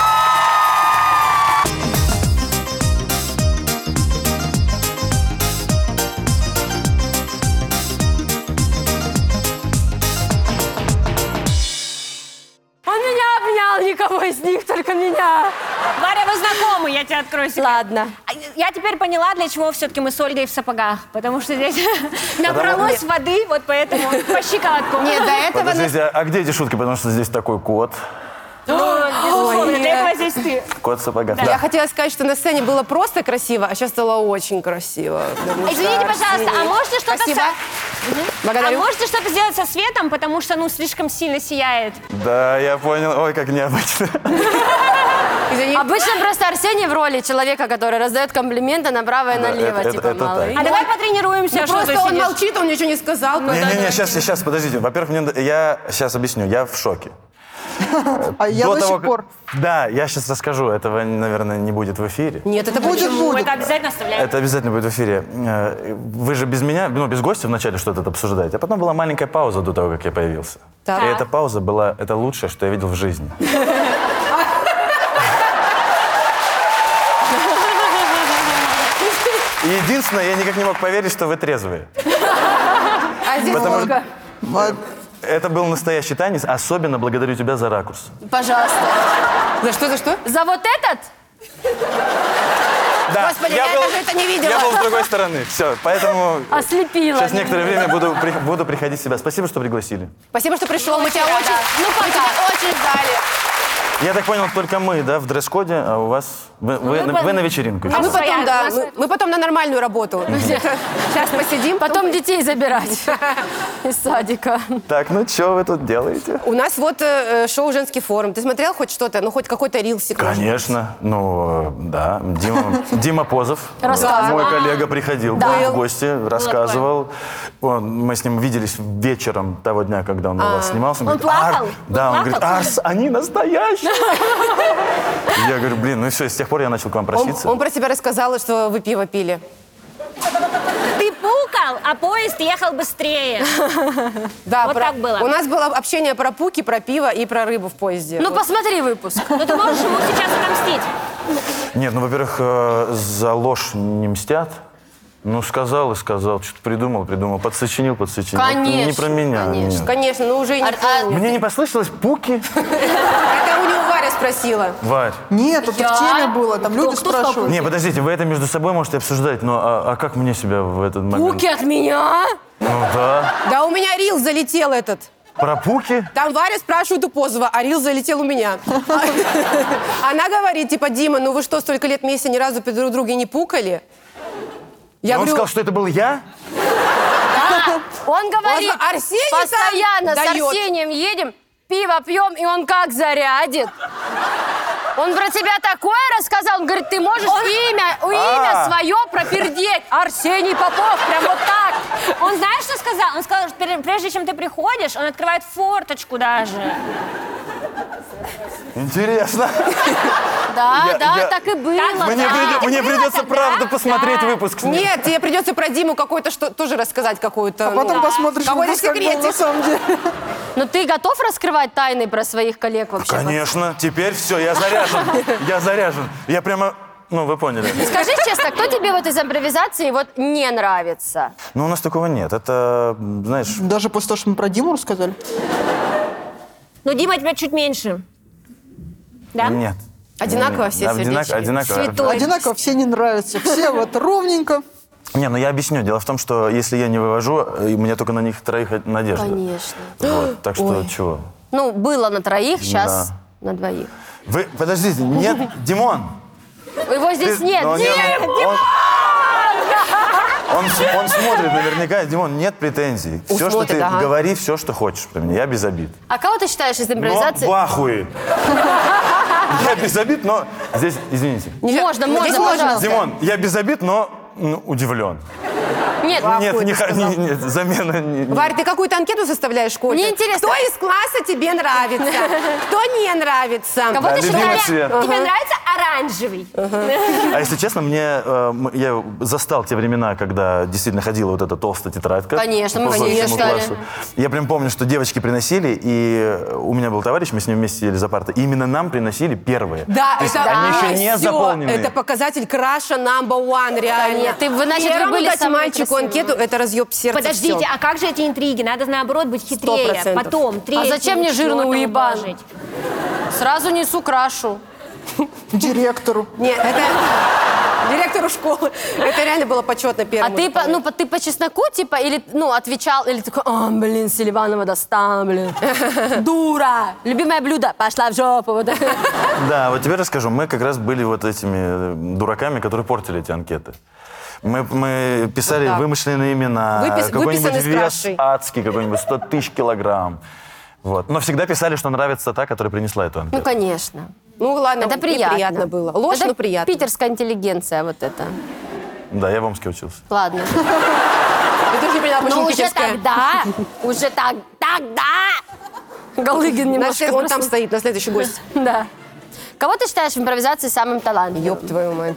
Он меня обнял, никого из них, только меня. Варя, вы знакомы, я тебе открою секрет. Ладно. А Я теперь поняла, для чего все-таки мы с Ольгой в сапогах. Потому что здесь набралось воды, вот поэтому по щиколотку. Нет, до этого... нас- Подождите, а а где эти шутки? Потому что здесь такой кот. Ну, безусловно, Ой, для этого здесь ты. Кот в сапогах. Я Да. хотела сказать, что на сцене было просто красиво, а сейчас стало очень красиво. потому что Извините, пожалуйста, а Арсений- можете что-то... Спасибо. со- А Благодарю. можете что-то сделать со светом, потому что, ну, слишком сильно сияет. Да, я понял. Ой, как необычно. Извини. Обычно просто Арсений в роли человека, который раздает комплименты направо и Да, налево, это- типа, это- это малый. А давай потренируемся, Ну, что ты просто он сидишь. молчит, он ничего не сказал. Не-не-не, сейчас, сейчас, подождите. Во-первых, мне надо- я сейчас объясню. Я в шоке. А я До до того, сих пор. как- Да, я сейчас расскажу. Этого, наверное, не будет в эфире. Нет, это Будет, почему? Мы будет. это обязательно оставляем. Это обязательно будет в эфире. Э, Вы же без меня, ну, без гостя вначале что-то обсуждаете, а потом была маленькая пауза до того, как я появился. Так. И эта пауза была, это лучшее, что я видел в жизни. И единственное, я никак не мог поверить, что вы трезвые. А здесь Потому Ольга. Вот. Это был настоящий танец. Особенно благодарю тебя за ракурс. Пожалуйста. За что, за что? За вот этот? Да, Господи, я даже это не видела. Я был с другой стороны. Все, поэтому Ослепила. сейчас некоторое время буду, при- буду приходить в себя. Спасибо, что пригласили. Спасибо, что пришел. Мы тебя рада. очень, Ну, мы пока. тебя очень ждали. Я так понял, только мы, да, в дресс-коде, а у вас... Вы, вы, на, вы на вечеринку. А мы идете. потом, своя, да, у нас мы, своя. мы потом на нормальную работу. Сейчас посидим. Потом детей забирать из садика. Так, ну что вы тут делаете? У нас вот э, шоу «Женский форум». Ты смотрел хоть что-то? Ну, хоть какой-то рилсик? может? Конечно. Ну, э, да. Дима, Дима Позов, Рассказывал. мой коллега, приходил Да. в гости, рассказывал. Он, мы с ним виделись вечером того дня, когда он у вас снимался. Он говорит, плакал? «Ар-» Да, Он он говорит, плакал? Арс, они настоящие. Я говорю, блин, ну и все, с тех пор я начал к вам Он, проситься. он про тебя рассказал, что вы пиво пили. Ты пукал, а поезд ехал быстрее. Да, Вот про- так было. У нас было общение про пуки, про пиво и про рыбу в поезде. Ну, Вот. посмотри выпуск. Но ты можешь ему сейчас отомстить. Нет, ну, во-первых, э, за ложь не мстят. Ну, сказал и сказал, что-то придумал, придумал, подсочинил, подсочинил. Это Конечно, не про меня. конечно. нет. Конечно, ну уже и не А- а- помню. Мне не послышалось пуки? Это у него Варя спросила. Варь. Нет, это Я? в теме было, там люди кто сказал спрашивают. Не, подождите, вы это между собой можете обсуждать, но а, а как мне себя в этот момент? Пуки от меня? Ну да. Да у меня рил залетел этот. Про пуки? Там Варя спрашивает у Позова, а рил залетел у меня. Она говорит, типа, Дима, ну вы что, столько лет вместе ни разу друг друга не пукали? И Я он говорю, сказал, что это был я? Он говорит, Он- Арсений там постоянно с дает. Арсением едем, пиво пьем, и он как зарядит. Он про тебя такое рассказал, он говорит, ты можешь имя, имя А. свое пропердеть. Арсений Попов, прям вот так. Он знаешь, что сказал? Он сказал, что пере- прежде чем ты приходишь, он открывает форточку даже. Интересно. Да, Я- да, я- так и было. Мне, да. приде- мне придется тогда? правда посмотреть Да. выпуск с ним. Нет, тебе придется про Диму какой-то что тоже рассказать какую-то. А потом ну, посмотришь какой-то выпуск, как был секретик. на самом деле. Ну ты готов раскрывать тайны про своих коллег вообще? Конечно, теперь все, я заряжен. Я заряжен. Я прямо, ну, вы поняли. Скажи честно, кто тебе вот из импровизации вот не нравится? Ну, у нас такого нет. Это, знаешь, Даже после того, что мы про Диму рассказали. Ну, Дима тебя чуть меньше. Да? нет. Одинаково Нет, все одинак- сердечки. Одинаково. Святой. Одинаково все не нравятся. Все вот ровненько. Не, ну я объясню. Дело в том, что если я не вывожу, и мне только на них троих надежда. Конечно. Вот, так что чего? Ну, было на троих, сейчас Да. на двоих. Вы, подождите, нет, Димон. Его здесь Ты- нет. ну, Нет, он, он, он с- он смотрит наверняка. Димон, нет претензий. Все, что смотрит, ты ага. говори, все, что хочешь про меня. Я без обид. А кого ты считаешь из Но импровизации? в ахуе. Я без обид, но... Здесь, извините. Можно, можно, Здесь можно. пожалуйста. Димон, я без обид, но ну, удивлен. Нет, Нет, ты не, ха- сказал. не- не- замена... не- не- Варь, ты какую-то анкету составляешь в школе? Мне интересно. Кто из класса тебе нравится? Кто не нравится? кого Да, ты любимый считаешь? цвет. Тебе нравится оранжевый? А если честно, мне э, м- я застал те времена, когда действительно ходила вот эта толстая тетрадка. Конечно, мы по конечно всему читали. классу. Я прям помню, что девочки приносили, и у меня был товарищ, мы с ним вместе сидели за партой, и именно нам приносили первые. Да, То есть это они да, еще не всё, заполненные. Это показатель краша number one, реально. Нет, ты- вы, значит, вы Первому были дать самыми мальчику красивыми. анкету, это разъеб сердца. Подождите, всё. а как же эти интриги? Надо, наоборот, быть хитрее. процентов. Потом, третьему, А зачем мне жирный четвертому уебан? положить. Сразу несу крашу. Директору. Нет, это директору школы. Это реально было почетно А первому. ты по, ну, по- ты по чесноку, типа, или, ну, отвечал, или такой, а, блин, Селиванова достала, блин. Дура. Любимое блюдо. Пошла в жопу. Вот это. Да, вот тебе расскажу. Мы как раз были вот этими э, дураками, которые портили эти анкеты. Мы, мы писали Вот так. вымышленные имена, Выпис- какой-нибудь выписаны с вес крашей. адский, какой-нибудь сто тысяч килограмм. Вот. Но всегда писали, что нравится та, которая принесла эту анкету. Ну, конечно. Ну ладно, Это и приятно. приятно было. Ложь, Это но приятно. питерская интеллигенция вот это. Да, я в Омске учился. Ладно. Я тоже не поняла, почему Но уже питерская. тогда, уже так, тогда. Галыгин На немножко. след- Он там просто- стоит, на следующий гость. Да. Кого ты считаешь в импровизации самым талантливым? Ёб твою мать.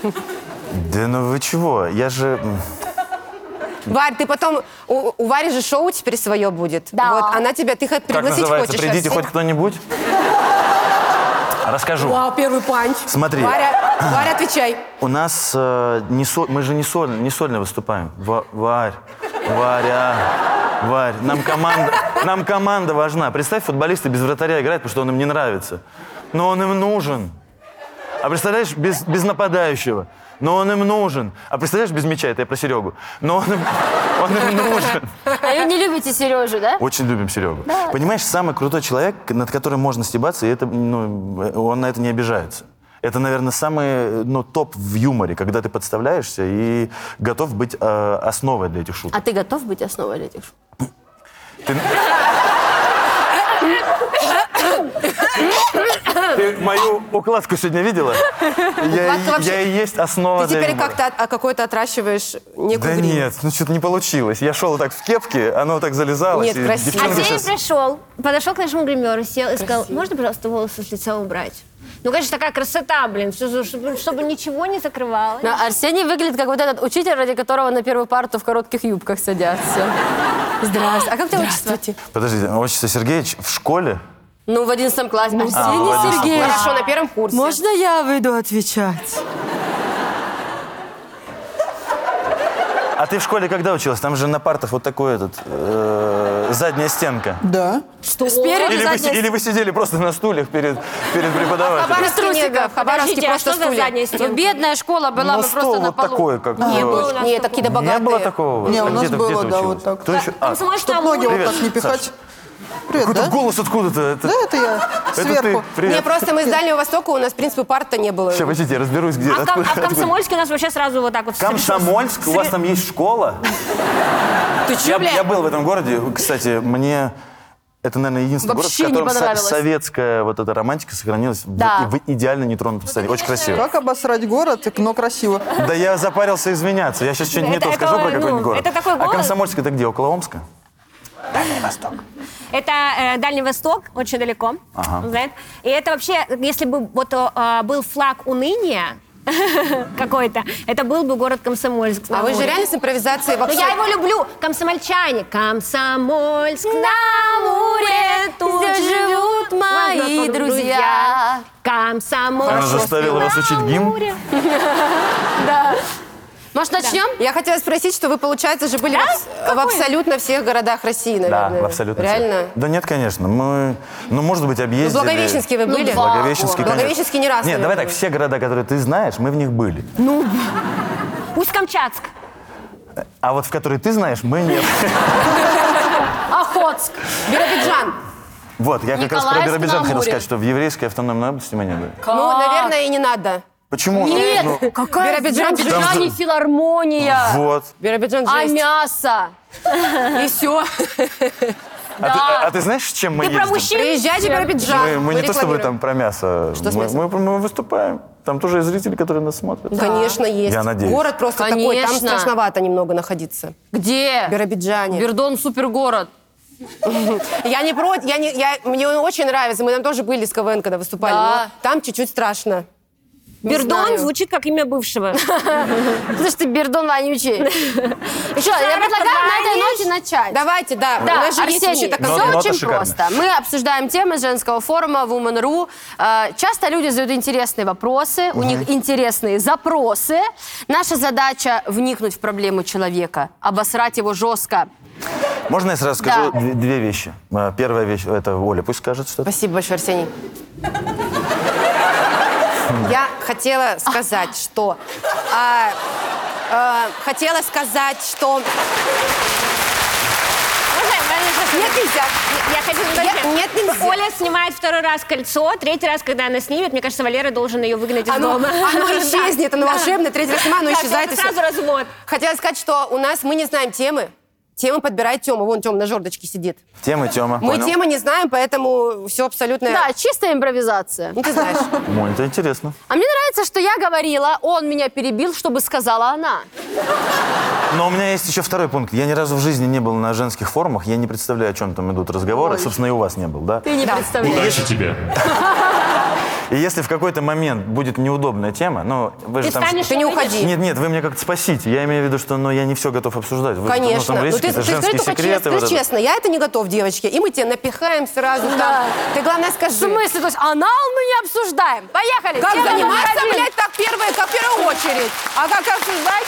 Да ну вы чего? Я же... м, Варь, ты потом... У, у Вари же шоу теперь свое будет. Да. Вот, она тебя... Ты хоть Как пригласить называется? хочешь? Придите Арсений? хоть кто-нибудь. Расскажу. Вау, первый панч. Смотри. Варя, Варя, отвечай. У нас э, не со- мы же не сольно, не сольно выступаем. Ва- Варь, Варя, Варь, нам команда, нам команда важна. Представь, футболисты без вратаря играют, потому что он им не нравится. Но он им нужен. А представляешь, без, без нападающего. Но он им нужен. А представляешь, без мяча, это я про Серегу. Но он им, он им нужен. А вы не любите Сережу, да? Очень любим Серегу. Понимаешь, самый крутой человек, над которым можно стебаться, и это, ну, он на это не обижается. Это, наверное, самый ну, топ в юморе, когда ты подставляешься и готов быть э, основой для этих шуток. А ты готов быть основой для этих шуток? Ты... Ты мою укладку сегодня видела? Я, Укладка вообще- я и есть основа Ты для теперь юмора. как-то от- а какой-то отращиваешь некую Да гриву. нет, ну что-то не получилось. Я шел так в кепке, оно так залезалось. Нет, и красиво. девчонка Арсений щас- пришел, подошел к нашему гримеру, сел и сказал, можно, пожалуйста, волосы с лица убрать? Ну, конечно, такая красота, блин, всё, чтобы, чтобы ничего не закрывалось. Но Арсений выглядит как вот этот учитель, ради которого на первую парту в коротких юбках садятся. Здравствуйте. А как тебя отчество? Подождите, отчество Сергеевич в школе? Ну, в одиннадцатом классе. в Арсений одиннадцатом Сергеевич. Хорошо, на первом курсе. Можно я выйду отвечать? А ты в школе когда училась? Там же на партах вот такой этот, э, задняя стенка. Да. Что? Спереди Или вы, задняя или вы сидели просто на стульях перед, перед преподавателем? Хабаровске Без нет, трусиков. в Хабаровске Подождите, а просто что за стулья. задняя Ну, стенка? бедная школа была, На мы стол просто на вот полу. такое, как... Не э, было. у нас Нет, такие такого. богатые. Не было такого? Не, у А нас где ты- было, где ты да, училась? вот так. Кто еще? А, Комсомольская Чтоб ноги вот Привет, так не пихать. Саш. Привет, Какой-то да? голос откуда-то. Это, Да, это я. это Сверху. ты. Привет. Не, просто мы из Дальнего Востока, у нас, в принципе, парта не было. Сейчас, подождите, я разберусь, где. А, в Ком- откуда- а в откуда. Комсомольске у нас вообще сразу вот так вот... Комсомольск? У вас там есть школа? Ты чё, Я, бля? я был в этом городе. Кстати, мне... Это, наверное, единственный Вообще город, в не котором со- понравилось. советская вот эта романтика сохранилась в- Да. в, идеально нетронутом состоянии. Очень красиво. Как обосрать город, но красиво. Да я запарился извиняться. Я сейчас что-нибудь не Это- то это, скажу про ну, какой-нибудь город. это такой А город- Комсомольск это где? Около Омска? Это э, Дальний Восток, очень далеко. Ага. Знаете? И это вообще, если бы вот э, был флаг уныния какой-то, это был бы город Комсомольск. А вы же реально с импровизацией Но вообще... я его люблю. Комсомольчане. Комсомольск на море. Тут Здесь живут мои друзья. Комсомольск. Она заставила вас учить гимн? Может, начнем? Я хотела спросить, что вы, получается, же были в, абс- в абсолютно всех городах России, Да, наверное. в абсолютно всех. Реально? Да нет, конечно. Мы, ну, может быть, В объездили. Благовещенске вы были? два. Благовещенский, конечно. Благовещенский не раз, Нет, давай наверное. так, все города, которые ты знаешь, мы в них были. Усть-Камчатск. А вот в которые ты знаешь, мы нет. Охотск. Биробиджан. Вот, я как раз про Николаевск Биробиджан на хотел Амуре. сказать, что в еврейской автономной области мы не были. Ну, наверное, и не надо. Почему? Нет, Ну, какая Биробиджан, в Биробиджане филармония. вот. Биробиджан А жесть. мясо? И все. А, ты, а- а ты знаешь, с чем мы Ты про ездим? мужчин? Приезжайте в Биробиджан. Мы, мы не то чтобы рекламируем. там про мясо. Что с мы, мясом? мы, мы выступаем. Там тоже есть зрители, которые нас смотрят. Конечно, есть. Я надеюсь. Город просто такой, там Конечно. страшновато немного находиться. Где? В Биробиджане. Бердон супергород. Я не против, я не, я, мне он очень нравится. Мы там тоже были с КВН, когда выступали. Да. Но там чуть-чуть страшно. Не Бердон знаю. звучит как имя бывшего. Потому что ты Бердон вонючий. Что, я предлагаю на этой ноте начать. Давайте, да. У Да, нас же есть Арсений, еще такая... Но- все нота очень шикарная. просто. Мы обсуждаем темы женского форума Woman точка ру. Э, Часто люди задают интересные вопросы, у них интересные запросы. Наша задача вникнуть в проблему человека, обосрать его жестко. Можно я сразу скажу Да. две, две вещи? А, Первая вещь, это Оля пусть скажет что-то. Спасибо большое, Арсений. Я хотела сказать, что... а, а, хотела сказать, что... Нет, нельзя. Я хочу Я- сказать, нет, нельзя. Оля снимает второй раз кольцо, третий раз, когда она снимет, мне кажется, Валера должен ее выгнать из Оно, дома. оно исчезнет, оно волшебное, третий раз сама, оно Да, исчезает. и всё. сразу развод. Хотела сказать, что у нас мы не знаем темы. Темы подбирает Тёма. Вон Тёма на жердочке сидит. Тема, Тема. Мы понял. темы не знаем, поэтому все абсолютно... Да, чистая импровизация. Ну, ты знаешь. Ой, это интересно. А мне нравится, что я говорила, он меня перебил, чтобы сказала она. Но у меня есть еще второй пункт. Я ни разу в жизни не был на женских форумах, я не представляю, о чем там идут разговоры. Собственно, и у вас не был, да? Ты не представляешь. Удачи тебе. И если в какой-то момент будет неудобная тема, ну, вы же Ты там... станешь Ты не уходи. Нет, нет, вы меня как-то спасите. Я имею в виду, что ну, я не все готов обсуждать. Вы, Конечно. Ну, там Ну, есть ты, какие-то ты скажи женские только секреты. честно, вот скажи это. честно, я это не готов, девочки. И мы тебе напихаем сразу там. Ты, главное, В скажи. смысле? То есть анал мы не обсуждаем. Поехали. Как Тема заниматься, номер один. блядь, как первая, как в первую очередь. А как обсуждать?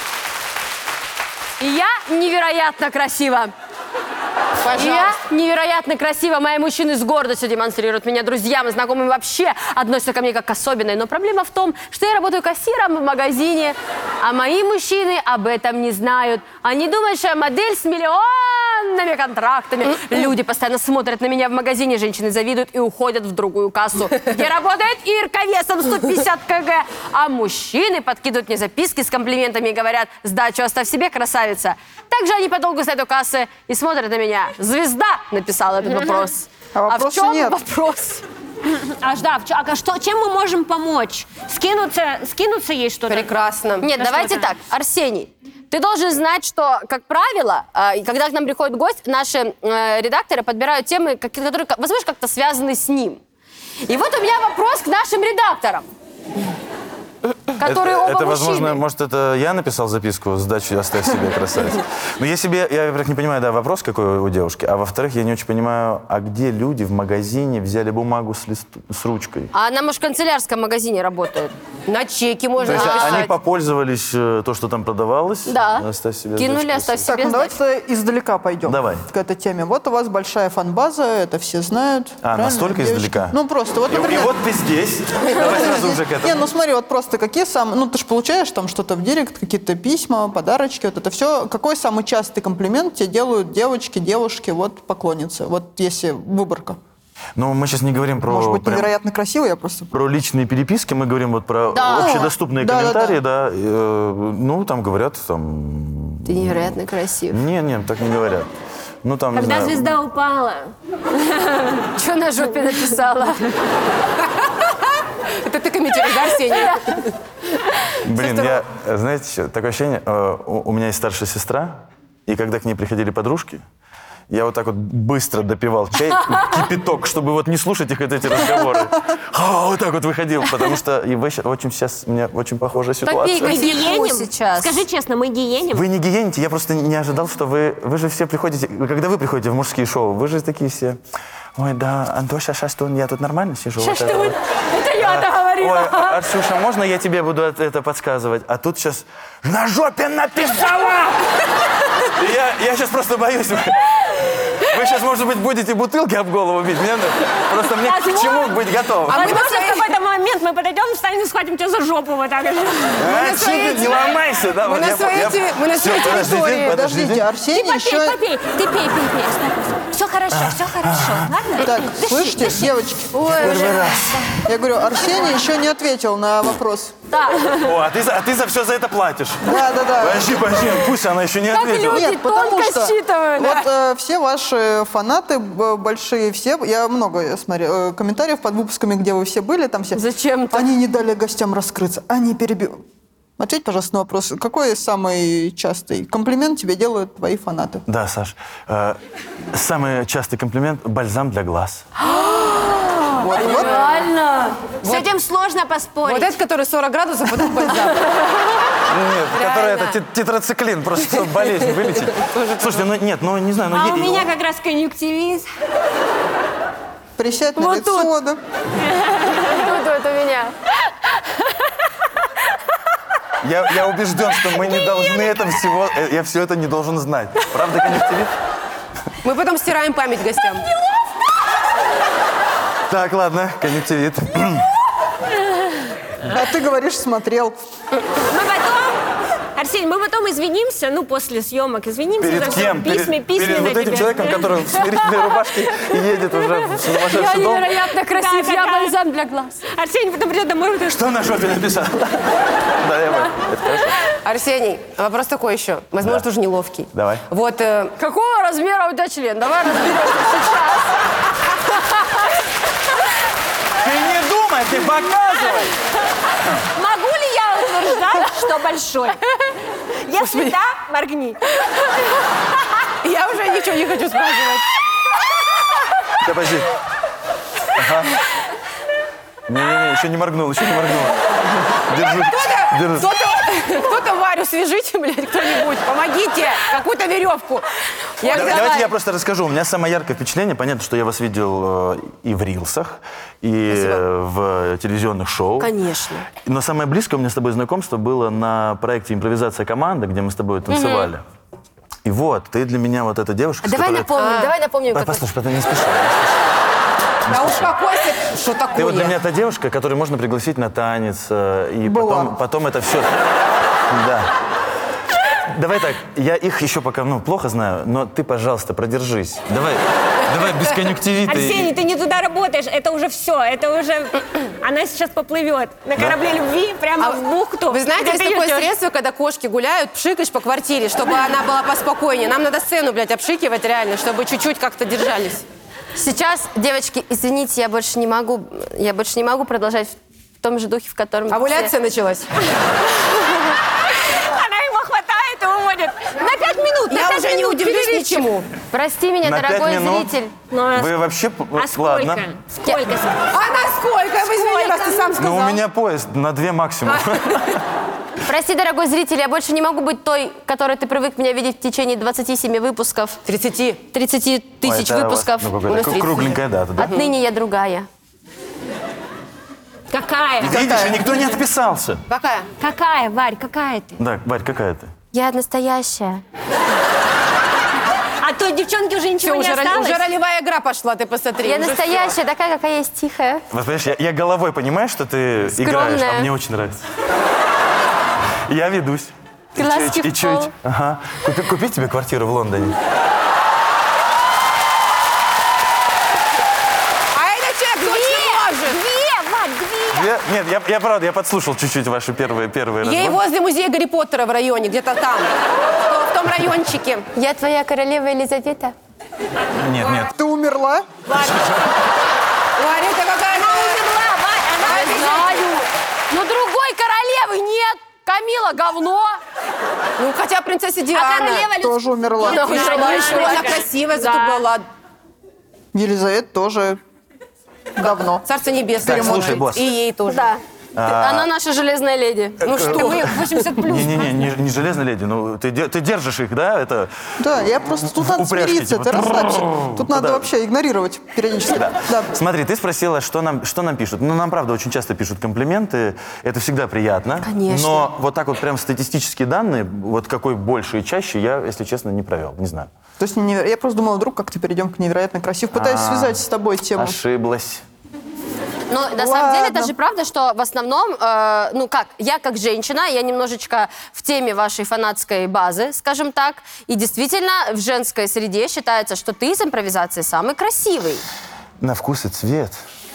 И я невероятно красива. И Пожалуйста. я невероятно красиво. Мои мужчины с гордостью демонстрируют меня друзьям и знакомым, вообще относятся ко мне как к особенной. Но проблема в том, что я работаю кассиром в магазине, а мои мужчины об этом не знают. Они думают, что я модель с миллионными контрактами. Люди постоянно смотрят на меня в магазине, женщины завидуют и уходят в другую кассу, где работает Ирка весом сто пятьдесят килограмм. А мужчины подкидывают мне записки с комплиментами и говорят: «Сдачу оставь себе, красавица». Также они подолгу стоят у кассы и смотрят на меня. Звезда написала этот вопрос. А в вопроса чем нет. вопрос? Аж да, в чё- а что, чем мы можем помочь? Скинуться, скинуться ей что-то? Прекрасно. Нет, На давайте что-то. так. Арсений, ты должен знать, что, как правило, э, и когда к нам приходит гость, наши э, редакторы подбирают темы, как- которые, как- возможно, как-то связаны с ним. И вот у меня вопрос к нашим редакторам, которые это, оба это, мужчины. возможно, может, это я написал записку «Сдачу оставь себе, красавец». Но я себе, я, во-первых, не понимаю, да, вопрос какой у девушки, а во-вторых, я не очень понимаю, а где люди в магазине взяли бумагу с, лист, с ручкой? А она, может, в канцелярском магазине работает. На чеки То можно есть написать. они попользовались э, то, что там продавалось? Да. Оставь себе Кинули, сдачу, оставь Так, себе ну сдачу. давайте издалека пойдем. Давай. К этой теме. Вот у вас большая фан-база, это все знают. А, правильно, настолько девочки? издалека? Ну просто, вот, И, и например... вот ты здесь. Давай сразу уже к Не, этому. ну смотри, вот просто как, какие самые... Ну, ты же получаешь там что-то в директ, какие-то письма, подарочки, вот это все. Какой самый частый комплимент тебе делают девочки, девушки, вот поклонницы? Вот если выборка. Ну, мы сейчас не говорим про... Может быть, прям- невероятно красиво, я просто... Про личные переписки, мы говорим вот про Да. общедоступные Да, да, комментарии, да. э, ну, там говорят, там... Ты невероятно красив. Не, не, так не говорят. Ну, там, не Когда знаю. звезда упала. Что на жопе написала? Это ты комментируешь, да, Арсений? Блин, я, э, знаете, что, такое ощущение, э, у, у меня есть старшая сестра, и когда к ней приходили подружки, я вот так вот быстро допивал чай, кипяток, чтобы вот не слушать их вот эти разговоры. А, вот так вот выходил, потому что и вы щас- очень сейчас, у меня очень похожая Попей ситуация. Мы гиеним? сейчас. Скажи честно, мы гиеним? Вы не гиените, я просто не ожидал, что вы... Вы же все приходите... Когда вы приходите в мужские шоу, вы же такие все... Ой, да, Антоша, Шастун, я тут нормально сижу. вот это вот. Это я-то говорила. Ой, Арсюша, можно я тебе буду от- это подсказывать? А тут сейчас на жопе написала! И Я, я сейчас просто боюсь. Вы сейчас, может быть, будете бутылки об голову бить. Мне, просто мне к чему быть готовым? А мы на Возможно, в своей- какой-то момент мы подойдем, встанем и схватим тебя за жопу вот так. А, на что своей ты, не ломайся, да? мы вот на я- своей я- те- мы на Всё, своей подождите, территории. Подождите, Арсений Попей, еще... попей, ты пей, пей, пей. Все хорошо, все хорошо. Ладно? Так, слышите, девочки? Первый раз. Я говорю, Арсений еще не ответил на вопрос. О, а ты, за- а ты за все за это платишь. Да, да, да. Подожди, подожди, пусть она еще не ответила. люди Нет, потому тонко что считывают. вот э, все ваши фанаты б- большие, все, я много смотрел э, комментариев под выпусками, где вы все были, там все. Зачем-то. Они не дали гостям раскрыться, они перебили. Ответь, пожалуйста, на вопрос, какой самый частый комплимент тебе делают твои фанаты? Да, Саш, э, самый частый комплимент – бальзам для глаз. Вот, вот. Реально. С этим сложно поспорить. Вот этот, который сорок градусов, потом бальзам. Нет, который это тет- тетрациклин, просто чтобы болезнь вылечить. Слушайте, ну нет, ну не знаю, ну А е- у меня как раз конъюнктивит. Присядь на Вот лицо, да. Тут вот у меня. я, я убежден, что мы не должны это всего, э, я все это не должен знать. Правда, конъюнктивит? Мы потом стираем память гостям. Так, ладно, конъюнктивит. А ты говоришь, смотрел. Мы потом, Арсений, мы потом извинимся, ну, после съемок извинимся за Перед все. кем? Письма, Перед, письма перед на вот этим тебя. человеком, который в смирительной рубашке и едет уже в Я сумасшедший дом. невероятно красив, Да, я да, да. бальзам для глаз. Арсений потом придет домой и говорит, Что на жопе написал? Да, я понял. Это хорошо. Арсений, вопрос такой еще. Возможно, Да. тоже неловкий. Давай. Вот э, Какого размера у тебя член? Давай разберемся сейчас. Ты не думай, ты показывай! могу ли я утверждать, что большой? Если да, моргни. я уже ничего не хочу спрашивать. Да, подожди. Ага. Не-не-не, еще не моргнул, еще не моргнул. Держи. Держи. Кто-то, кто-то Варю, свяжите, блядь, кто-нибудь. Помогите. Какую-то веревку. Я Да- говорю, Давайте я просто расскажу. У меня самое яркое впечатление. Понятно, что я вас видел э, и в рилсах, и э, в телевизионных шоу. Конечно. Но самое близкое у меня с тобой знакомство было на проекте «Импровизация команды», где мы с тобой танцевали. И вот, ты для меня вот эта девушка, с Давай которой- напомним, давай напомним. Да, как- послушай, потом не спеши. Да успокойся. Что такое? Ты вот для меня та девушка, которую можно пригласить на танец, э, и Была. потом, потом это все... Да. Давай так, я их еще пока, ну, плохо знаю, но ты, пожалуйста, продержись. Давай, давай без конъюнктивита. Арсений, ты не туда работаешь, это уже все, это уже... Она сейчас поплывет на корабле любви прямо в бухту. Вы знаете, где есть ты такое идешь. средство, когда кошки гуляют, пшикаешь по квартире, чтобы она была поспокойнее. Нам надо сцену, блядь, обшикивать реально, чтобы чуть-чуть как-то держались. Сейчас, девочки, извините, я больше не могу, я больше не могу продолжать в том же духе, в котором... Овуляция началась. Она его хватает и уводит. На пять минут, на Я пять уже не минут, удивлюсь перерывчик. ничему. Прости меня, На пять дорогой минут? зритель. Ну, а Вы ск- вообще... А сколько? Ладно. Сколько? А насколько? Вы извини, раз ты сам сказал. Ну, у меня поезд на две максимум. Прости, дорогой зритель, я больше не могу быть той, которой ты привык меня видеть в течение двадцати семи выпусков, тридцати. тридцати тысяч Ой, это у вас, выпусков. ну, какая-то У нас кру- тридцать. Кругленькая дата, да? Отныне я другая. Какая? Видишь, и никто не отписался. Какая? Какая, Варь, какая ты? Да, Варь, какая ты? Я настоящая. А то девчонки уже ничего Всё, не уже, роли- осталось. уже ролевая игра пошла, ты посмотри. Я уже настоящая, такая, какая есть, тихая. Вот, понимаешь, я, я головой понимаю, что ты играешь, а мне очень нравится. Я ведусь. И Глазки чуть, и в пол. чуть. Ага. Купи, купить тебе квартиру в Лондоне. А этот человек точно может. Две, Вань, две. Я- нет, я, я правда, я подслушал чуть-чуть ваши первые, первые Ей разборки. возле музея Гарри Поттера в районе, где-то там. В в том райончике. Я твоя королева Елизавета. Нет, нет. Ты умерла? Варя, ты какая-то... Я знаю. Но другой королевы нет. Камила говно. Ну, хотя принцесса Диана. А королева Тоже умерла. Она Да, жила да, еще, да. она красивая, зато Да. была. Елизавета тоже давно. Царство небесное. Так, слушай, может быть. босс. И ей тоже. Да. Она наша железная леди. Ну что вы, восемьдесят плюс. Не-не-не, не, не железная леди, ну ты, де- ты держишь их, да? Это Да, я просто... Тут В надо упряжке, смириться, типа. ты расслабься. Тут надо Да. вообще игнорировать периодически. Да. Смотри, ты спросила, что нам, что нам пишут. Ну, нам, правда, очень часто пишут комплименты. Это всегда приятно. Конечно. Но вот так вот прям статистические данные, вот какой больше и чаще, я, если честно, не провел. Не знаю. То есть неверо- я просто думала, вдруг как-то перейдем к невероятно красив. Пытаюсь А. связать с тобой тему. Ошиблась. Но на самом деле Ладно. это же правда, что в основном, э, ну как, я как женщина, я немножечко в теме вашей фанатской базы, скажем так, и действительно в женской среде считается, что ты из импровизации самый красивый. На вкус и цвет.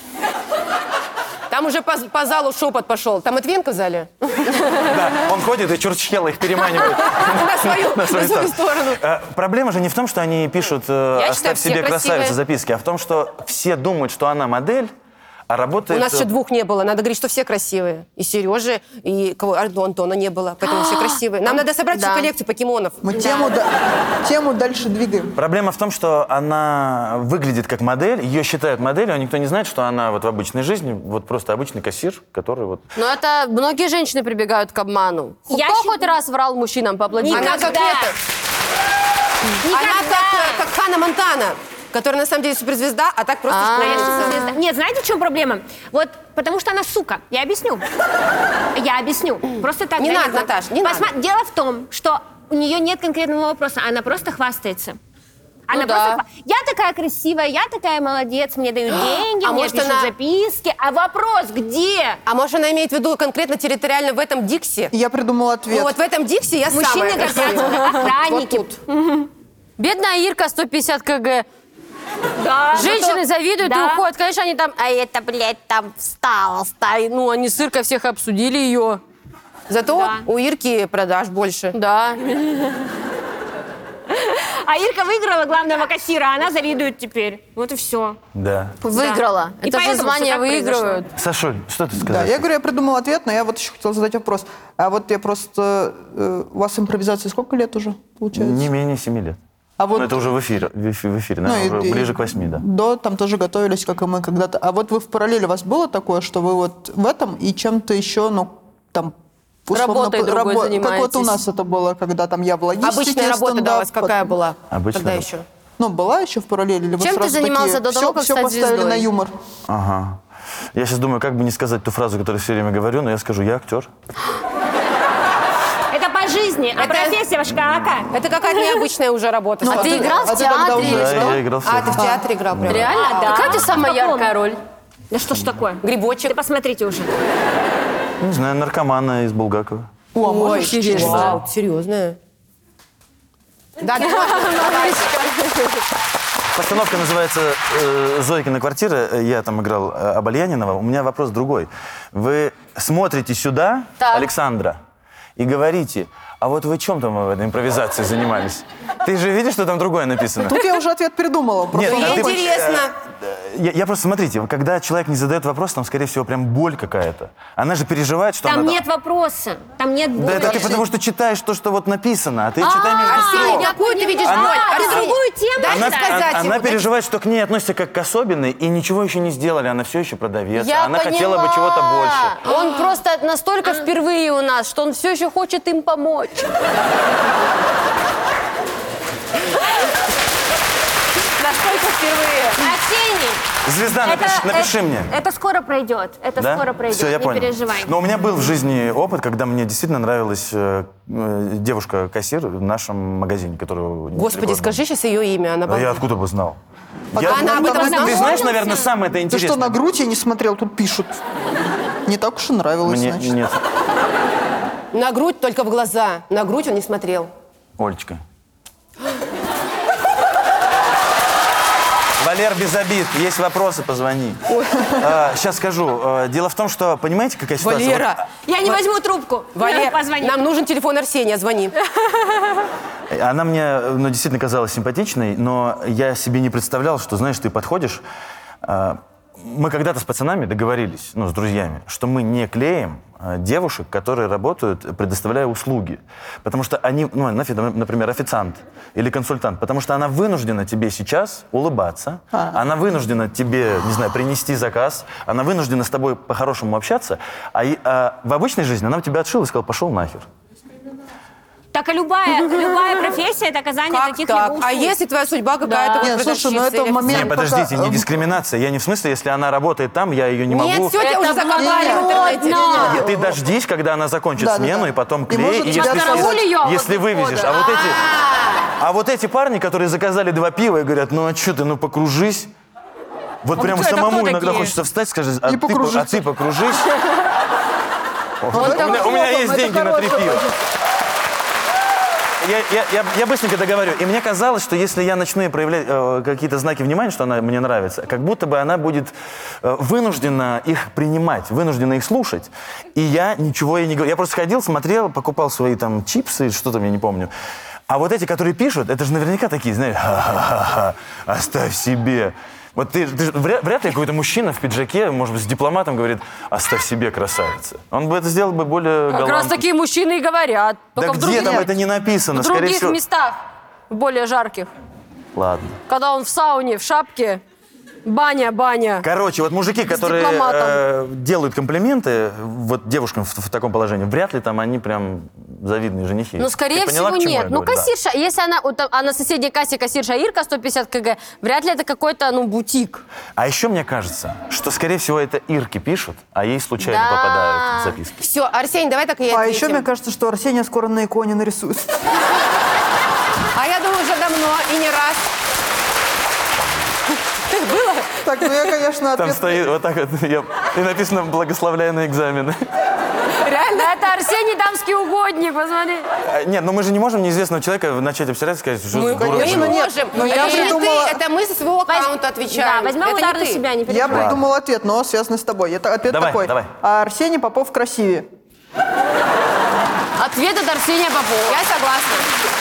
Там уже по, по залу шепот пошел. Там Этвенко в зале? Да, он ходит и чурчхела их переманивает На свою, на свою на свою сторону. сторону. Э, Проблема же не в том, что они пишут э, Я считаю, «Оставь все себе красивые. красавицу» записки, а в том, что все думают, что она модель, а У работает... нас еще двух не было. Надо говорить, что все красивые. И Сережи, и кого? Ардо Антона не было. Поэтому все красивые. Нам надо собрать всю Да. коллекцию покемонов. Мы тему, да- тему дальше двигаем. Проблема в том, что она выглядит как модель, ее считают моделью, а никто не знает, что она вот в обычной жизни вот просто обычный кассир, который вот... Но это многие женщины прибегают к обману. Я Кто щи- хоть раз врал мужчинам, поаплодируйте. Она как Никогда. это. Она как, как Ханна Монтана, которая на самом деле суперзвезда, а так просто А. школьница. Звезда. Нет, знаете, в чем проблема? Вот потому что она сука. Я объясню. Я объясню. Просто так. Не да, надо, нет. Наташ, не Посма- надо. Дело в том, что у нее нет конкретного вопроса, она просто хвастается. Она Ну просто да. хва- Я такая красивая, я такая молодец, мне дают деньги, А мне может, пишут она- записки. А вопрос где? А может, она имеет в виду конкретно территориально в этом Дикси? Я придумала ответ. Ну вот в этом Дикси я Мужчины самая гордятся, красивая. охранники. Вот тут. Бедная Ирка, сто пятьдесят килограмм. Да, Женщины зато- завидуют и Да. уходят. Конечно, они там, а это, блядь, там встала, стоит. Ну, они с Иркой всех обсудили ее. Зато Да. у Ирки продаж больше. Да. А Ирка выиграла главного кассира, а она завидует теперь. Вот и все. Да. Выиграла. И Это же поэтому звание всё так выигрывают. Сашуль, что ты Да, сказала? я говорю, я придумал ответ, но я вот еще хотела задать вопрос. А вот я просто... э, у вас импровизации сколько лет уже, получается? Не менее семи лет. А вот- Ну, это уже в эфире, в эфире, в эфире, Ну, наверное, и- уже и- ближе к восьми, да. Да, там тоже готовились, как и мы когда-то. А вот вы в параллели, у вас было такое, что вы вот в этом и чем-то еще, ну, там... Работой по- другой Как вот у занимаетесь. нас это было, когда там я в логистике, Обычная работа, да, у вас стендап, какая вот- была? Обычная Тогда работа. еще. Ну, была еще в параллели? Или вы Чем ты сразу занимался такие, до того, все, как все стать поставили звездой? на юмор? Ага. Я сейчас думаю, как бы не сказать ту фразу, которую все время говорю, но я скажу, я актер. Это по жизни, а Это- профессия ваша какая? Это какая-то необычная уже работа. А ты играл в а ты когда театре? уже или Да, что? я играл в А, ты театре. в театре играл прям? Реально? А, да. Какая у тебя самая В каком? яркая роль? Да что ж такое? Грибочек. Да посмотрите уже. Не знаю, наркомана из Булгакова. О, а Ой, можешь? интересно. Вау, серьезная. Да, да, Постановка называется э, «Зойкина квартира». Я там играл э, Обальянинова. У меня вопрос другой. Вы смотрите сюда, Так. Александра, и говорите, а вот вы чем там в этой импровизации занимались? Ты же видишь, что там другое написано? Тут я уже ответ придумала. Просто Нет, Мне а ты- интересно. Я, я просто, смотрите, когда человек не задает вопрос, там, скорее всего, прям боль какая-то. Она же переживает, что Там она... нет вопроса, там нет Да боли. это ты потому что читаешь то, что вот написано, а ты читай между Арсений, строк. какую ты видишь Она- боль? А ты Арсений, другую тему дай Она, мне сказать она- она ему, дай- переживает, что к ней относятся как к особенной, и ничего еще не сделали, она все еще продавец. Я а она поняла. хотела бы чего-то больше. Он просто настолько впервые у нас, что он все еще хочет им помочь. Настолько только впервые. Арсений, Звезда, напиши, напиши это, мне. Это скоро пройдет. Это Да? скоро пройдет. Все, я не понял. переживай. Но у меня был в жизни опыт, когда мне действительно нравилась э, э, девушка-кассир в нашем магазине, которую... Господи, скажи сейчас ее имя. Она А я обалдеет. откуда бы знал? Пока она об этом Ты знала. знаешь, наверное, самое это Ты интересное. что, на грудь я не смотрел? Тут пишут. Не так уж и нравилось, Мне значит. нет. На грудь только в глаза. На грудь он не смотрел. Олечка. Валер, без обид. Есть вопросы, позвони. А, сейчас скажу. А, дело в том, что, понимаете, какая ситуация? Валера, Я не возьму трубку. Валер, Позвони. нам нужен телефон Арсения, звони. Вот, она мне, ну, действительно казалась симпатичной, но я себе не представлял, что, знаешь, ты подходишь... а, мы когда-то с пацанами договорились, ну, с друзьями, что мы не клеим а, девушек, которые работают, предоставляя услуги. Потому что они, ну, нафиг, например, официант или консультант, потому что она вынуждена тебе сейчас улыбаться, она вынуждена тебе, не знаю, принести заказ, она вынуждена с тобой по-хорошему общаться, а, и- а в обычной жизни она бы тебя отшила и сказала, пошел нахер. Так и любая, любая профессия — это оказание Как таких так? либо А услуг. если твоя судьба какая-то... Нет, вот слушай, ну продавщица это или момент- Не, официант? подождите, пока, не эм, дискриминация. Я не в смысле, если она работает там, я ее не могу... Нет, все, тебя Это уже закопали в интернете. благородно. Нет, ты дождись, когда она закончит Да, да, смену, да. и потом И клей. может и тебя если, карауль если- ее если вот вывезешь. А вот, эти, а вот эти парни, которые заказали два пива и говорят, ну а что ты, ну покружись. Вот прям кто- это самому кто иногда такие? хочется встать и сказать, а И ты, по- покружиться. а ты покружись. У меня, такой у меня вот, есть это деньги на три хорошая пива. Я, я, я, я быстренько договорю. И мне казалось, что если я начну ей проявлять э, какие-то знаки внимания, что она мне нравится, как будто бы она будет э, вынуждена их принимать, вынуждена их слушать. И я ничего ей не говорю. Я просто ходил, смотрел, покупал свои там чипсы, что там, я не помню. А вот эти, которые пишут, это же наверняка такие, знаешь, ха-ха-ха, оставь себе. Вот ты, ты ж- вряд, вряд ли какой-то мужчина в пиджаке, может быть, с дипломатом говорит, оставь себе, красавица. Он бы это сделал бы более Как раз галантно. такие мужчины и говорят. Да Только в где других, там это не написано? в Скорее других всего... местах, в более жарких. Ладно. Когда он в сауне, в шапке, баня, баня. Короче, вот мужики, которые дипломатом. э, делают комплименты вот девушкам в, в таком положении, вряд ли там они прям завидные женихи. Ну, скорее Ты поняла, всего, к чему я нет. Ну, говорю? Да. кассирша, если она, вот, а на соседней кассе кассирша Ирка сто пятьдесят килограмм, вряд ли это какой-то, ну, бутик. А еще мне кажется, что, скорее всего, это Ирки пишут, а ей случайно Да. попадают записки. Все, Арсений, давай так и А ответим. еще мне кажется, что Арсения скоро на иконе нарисует. А я думаю, уже давно и не раз. Было? Так, ну я, конечно, Там ответ... стоит вот так вот, я- и написано «Благословляю на экзамены». Реально? Это Арсений Дамский угодник, посмотри. А, Нет, но мы же не можем неизвестного человека начать обсирать и сказать, что Мы, за дурак конечно, был. не можем. но я это не придумала- ты, это мы со своего аккаунта отвечаем. Да, возьмем это удар не на ты. себя, не Я переживай. придумал ответ, но связанный с тобой. Это ответ Давай, такой. давай. А Арсений Попов красивее. Ответ от Арсения Попова. Я согласна.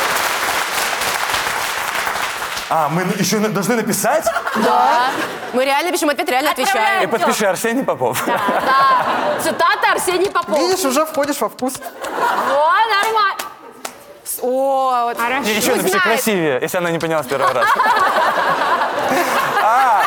А, мы еще на- должны написать? Да. Мы реально пишем ответ, реально И отвечаем. подпиши Арсений Попов. Да. Цитата Арсений Попов. Видишь, уже входишь во вкус. О, нормально. О, вот. Хорошо. И еще Пусть напиши знает. красивее, если она не поняла с первого раза. А.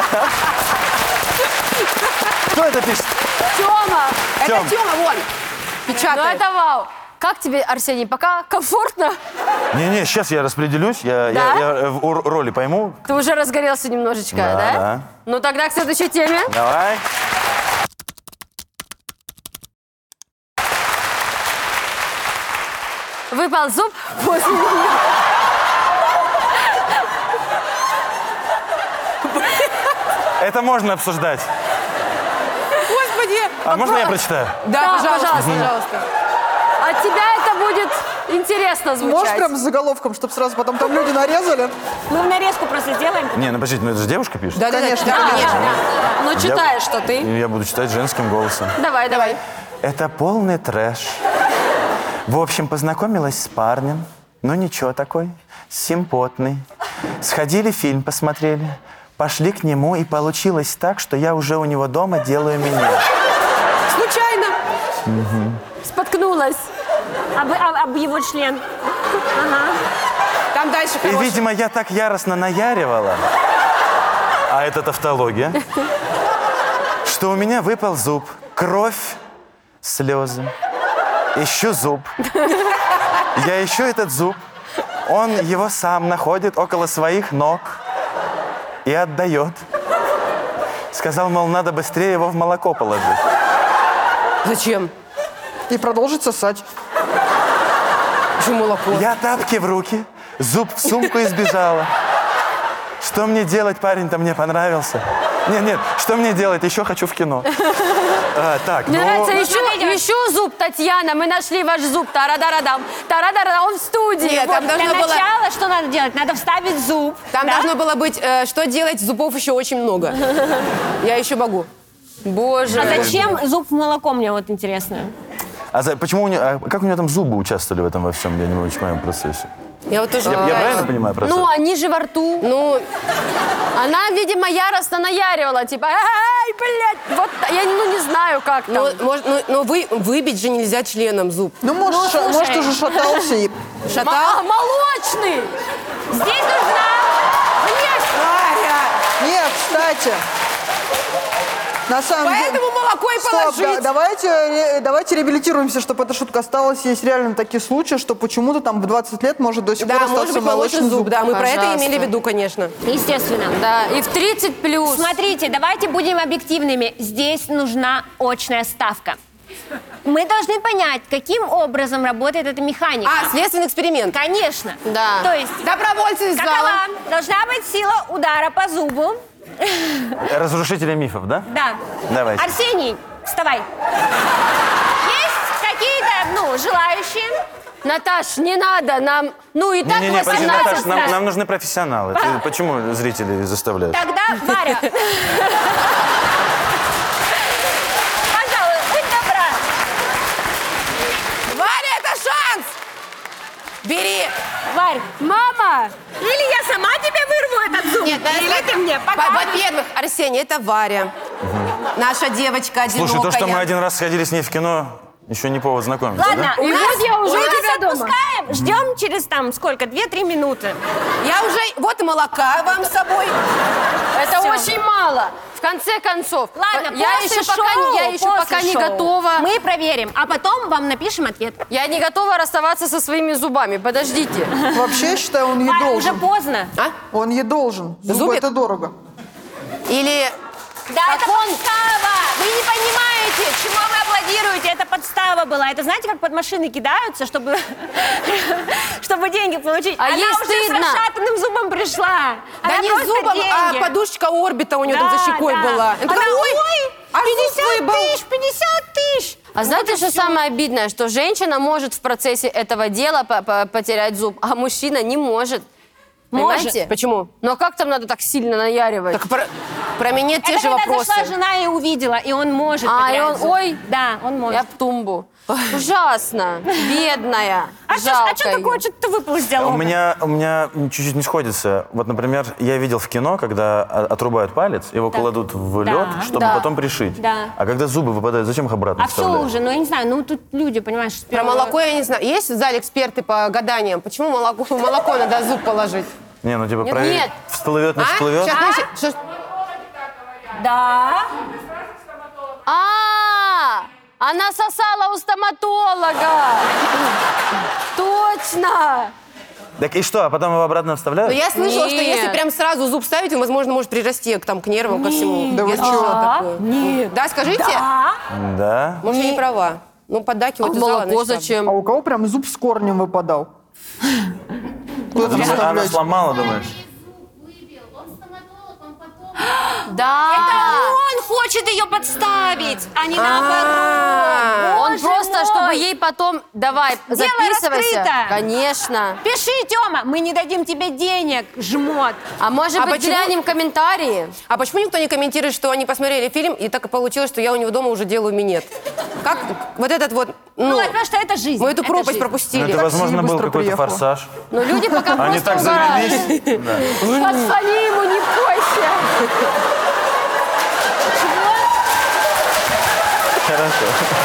Кто это пишет? Тёма. Это Тём. Тёма, вон, Ну печатает. это вау. Как тебе, Арсений, пока комфортно? Не-не, сейчас я распределюсь, я, Да? я, я, э, в- у- роли пойму. Ты уже разгорелся немножечко, Да, да? да. Ну тогда к следующей теме. Давай. Выпал зуб после нее. Это можно обсуждать. Господи. А можно я прочитаю? Да, Да, пожалуйста, пожалуйста. пожалуйста. От тебя это будет интересно звучать. Можешь прям с заголовком, чтобы сразу потом там люди нарезали? Мы нарезку просто сделаем. Не, ну подождите, ну это же девушка пишет. Да, да, Конечно, да, конечно. конечно. Ну читаешь что ты. И я буду читать женским голосом. Давай, давай. Это полный трэш. В общем, познакомилась с парнем. Ну ничего такой, симпотный. Сходили, фильм посмотрели. Пошли к нему, и получилось так, что я уже у него дома делаю меня. Случайно. Споткнулась. Об, об- об его член. Ага. Там дальше И, хороший. видимо, я так яростно наяривала, а это тавтология, что у меня выпал зуб, кровь, слезы. Ищу зуб. Я ищу этот зуб. Он его сам находит около своих ног. и отдает. Сказал, мол, надо быстрее его в молоко положить. Зачем? И продолжить сосать. Почему молоко? Я тапки в руки, зуб в сумку и сбежала. Что мне делать, парень-то мне понравился. Нет, нет, что мне делать? Еще хочу в кино. А, так, Мне ну... нравится Ну, еще, смотрите, еще зуб, Татьяна. Мы нашли ваш зуб. Тарадарадам. Тарадарадам. Он в студии. Нет, Вот. там должно Для было... начала что надо делать? Надо вставить зуб. Там да? должно было быть, э, что делать, зубов еще очень много. Я еще могу. Боже. А зачем зуб в молоко, мне вот интересно. А за- почему у нее, а как у нее там зубы участвовали в этом во всем? Я не очень понимаю процессе. Я вот тоже... Я, я правильно понимаю процесс? Ну, они же во рту. Ну, Она, видимо, яростно наяривала. Типа, ай, блядь. Вот, я ну, не знаю, как там. ну, может, ну, но вы, выбить же нельзя членом зуб. Ну, может, ша- слушай. может уже шатался и... Шатал? А, молочный. Здесь нужна... Нет, кстати. На самом деле... Поэтому молоко и Стоп, положить. да- давайте, ре- давайте реабилитируемся, чтобы эта шутка осталась. Есть реально такие случаи, что почему-то там в двадцать лет может до сих Да, пор может остаться быть, молочный зуб. Да, мы про это Пожалуйста. имели в виду, конечно. Естественно. Да, и в тридцать плюс. Смотрите, давайте будем объективными. Здесь нужна очная ставка. Мы должны понять, каким образом работает эта механика. А, следственный эксперимент. Конечно. Да. То есть, Добровольцы из зала. какова должна быть сила удара по зубу? Разрушители мифов, да? Да. Давайте. Арсений, вставай. Есть какие-то, ну, желающие? Наташ, не надо нам... Ну и так Не-не-не, подожди, восемнадцать Наташ, нам, раз. нам нужны профессионалы. Ты почему зрители заставляют? Тогда Варя. Пожалуй, будь добра. Валя, это шанс! Бери! Варь, Мама! или я сама тебе вырву этот зуб, Нет, надо или сказать- ты мне Во- покажешь. Во-первых, Арсений, это Варя. Наша девочка одинокая. Слушай, то, что мы один раз сходили с ней в кино, еще не повод знакомиться, Ладно, да? у И нас, вот я уже мы у вас тебя дома. отпускаем, ждем через там сколько, две-три минуты. Я уже... Вот и молока вам с собой. Это Всё. очень мало. В конце концов. Ладно, я после еще пока, шоу, я еще после пока не шоу готова. Мы проверим, а потом вам напишем ответ. Я не готова расставаться со своими зубами. Подождите. Вообще, я считаю, он ей Варя, уже должен. поздно. А? Он ей должен. Зубы Зубик? это дорого. Или... Да, это подстава! Вы не понимаете, чего вы аплодируете? Это подстава была. Это знаете, как под машины кидаются, чтобы, чтобы деньги получить? А Она ей уже стыдно. с расшатанным зубом пришла. Да Она не просто зубом, а деньги. подушечка орбита у нее Да, там за щекой да. была. Она, такая, ой, а зуб пятьдесят выпал». тысяч, пятьдесят тысяч. А знаете, что самое обидное? Что женщина может в процессе этого дела по- по- потерять зуб, а мужчина не может. Может. Понимаете? Почему? Ну а как там надо так сильно наяривать? Так про, про меня те Это же когда вопросы. зашла жена и увидела, и он может А, и потерять он, зуб. ой. Да, он может. Я в тумбу. Ужасно. Бедная. А что Жалко а что её. такое? Что ты выпал из У диалога? меня, у меня чуть-чуть не сходится. Вот, например, я видел в кино, когда о- отрубают палец, его кладут в Да. лед, чтобы Да. потом пришить. Да. А когда зубы выпадают, зачем их обратно А все вставлять? уже, ну я не знаю, ну тут люди, понимаешь, с Про первого- молоко я не знаю. Есть в зале эксперты по гаданиям? Почему молоко, в молоко надо зуб положить? Не, ну типа Нет, проверить, нет. всплывет, не А? всплывет. Сейчас, знаете, что- Да. А, она сосала у стоматолога. Точно. Так и что, а потом его обратно вставляют? Но я слышала, что Нет. если прям сразу зуб ставить, он, возможно, может прирасти к, там, к нервам, ко всему. Да вы Я чё? слышала такое. Нет. Да, скажите? А? Да. Может, я не права. Ну, А поддакивать из зала, молоко значит, правда. зачем? А у кого прям зуб с корнем выпадал? Куда Она, она вставлять? сломала, думаешь? Да. Он хочет ее подставить, а не А. наоборот. Он Боже просто, мой. чтобы ей потом... Давай, Дело записывайся. раскрыто. Конечно. Пиши, Тёма, мы не дадим тебе денег, жмот. А может А быть, почему- глянем комментарии? А почему никто не комментирует, что они посмотрели фильм, и так и получилось, что я у него дома уже делаю минет? Как вот этот вот, Ну, ну, потому что это жизнь. мы эту это пропасть жизнь. Ну, пропустили. это, возможно, был быстро какой-то приехала. форсаж. Но люди пока Они просто так угорают. завелись. Да. Позвони ему, не бойся. Хорошо.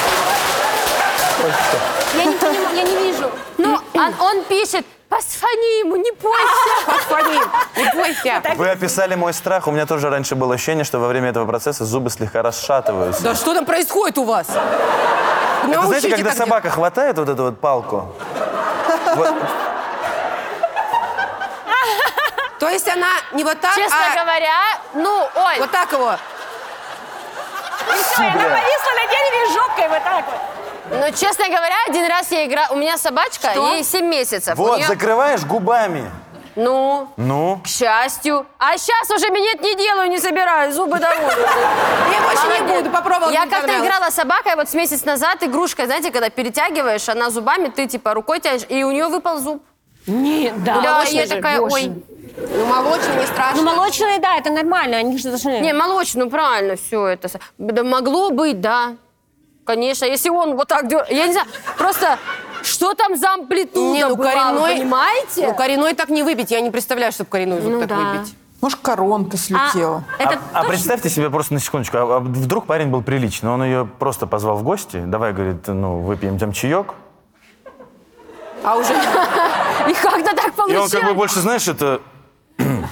Я не понимаю, я не вижу. Ну, он, он пишет, позвони ему, не бойся. Позвони, не бойся. Вы описали мой страх. У меня тоже раньше было ощущение, что во время этого процесса зубы слегка расшатываются. Да что там происходит у вас? Это, знаете, Научите, когда как собака хватает вот эту вот палку, вот, делать. То есть она не вот так, Честно а говоря, ну, Оль, вот так его. Все, она повисла на дереве жопкой вот так вот. ну, честно говоря, один раз я играла... У меня собачка, Что? ей семь месяцев. У Вот, неё- закрываешь губами. Ну, Ну? к счастью. А сейчас уже минет не делаю, не собираю, зубы довольны. Я больше не Молодец. буду, попробовала. Я не как-то понравилось. играла с собакой вот с месяц назад, игрушкой, знаете, когда перетягиваешь, она зубами, ты типа рукой тянешь, и у нее выпал зуб. Нет, да. Да, молочный я же, такая, боже. ой. Ну, молочный не страшно. Ну, молочные, да, это нормально, они же должны... Не, молочный, ну правильно, все это. с- Да могло быть, да. Конечно, если он вот так дер... Я не знаю, просто что там за амплитуда Не, ну была, вы коренной, понимаете? ну коренной так не выбить. Я не представляю, чтобы коренной зуб Ну так да. выбить. Может, коронка слетела. Это а, а точно- представьте себе просто на секундочку, а, а вдруг парень был приличный, он ее просто позвал в гости, давай, говорит, ну, выпьем там чаек. А уже... И как-то так И он получилось. как бы больше, знаешь, это... Извините.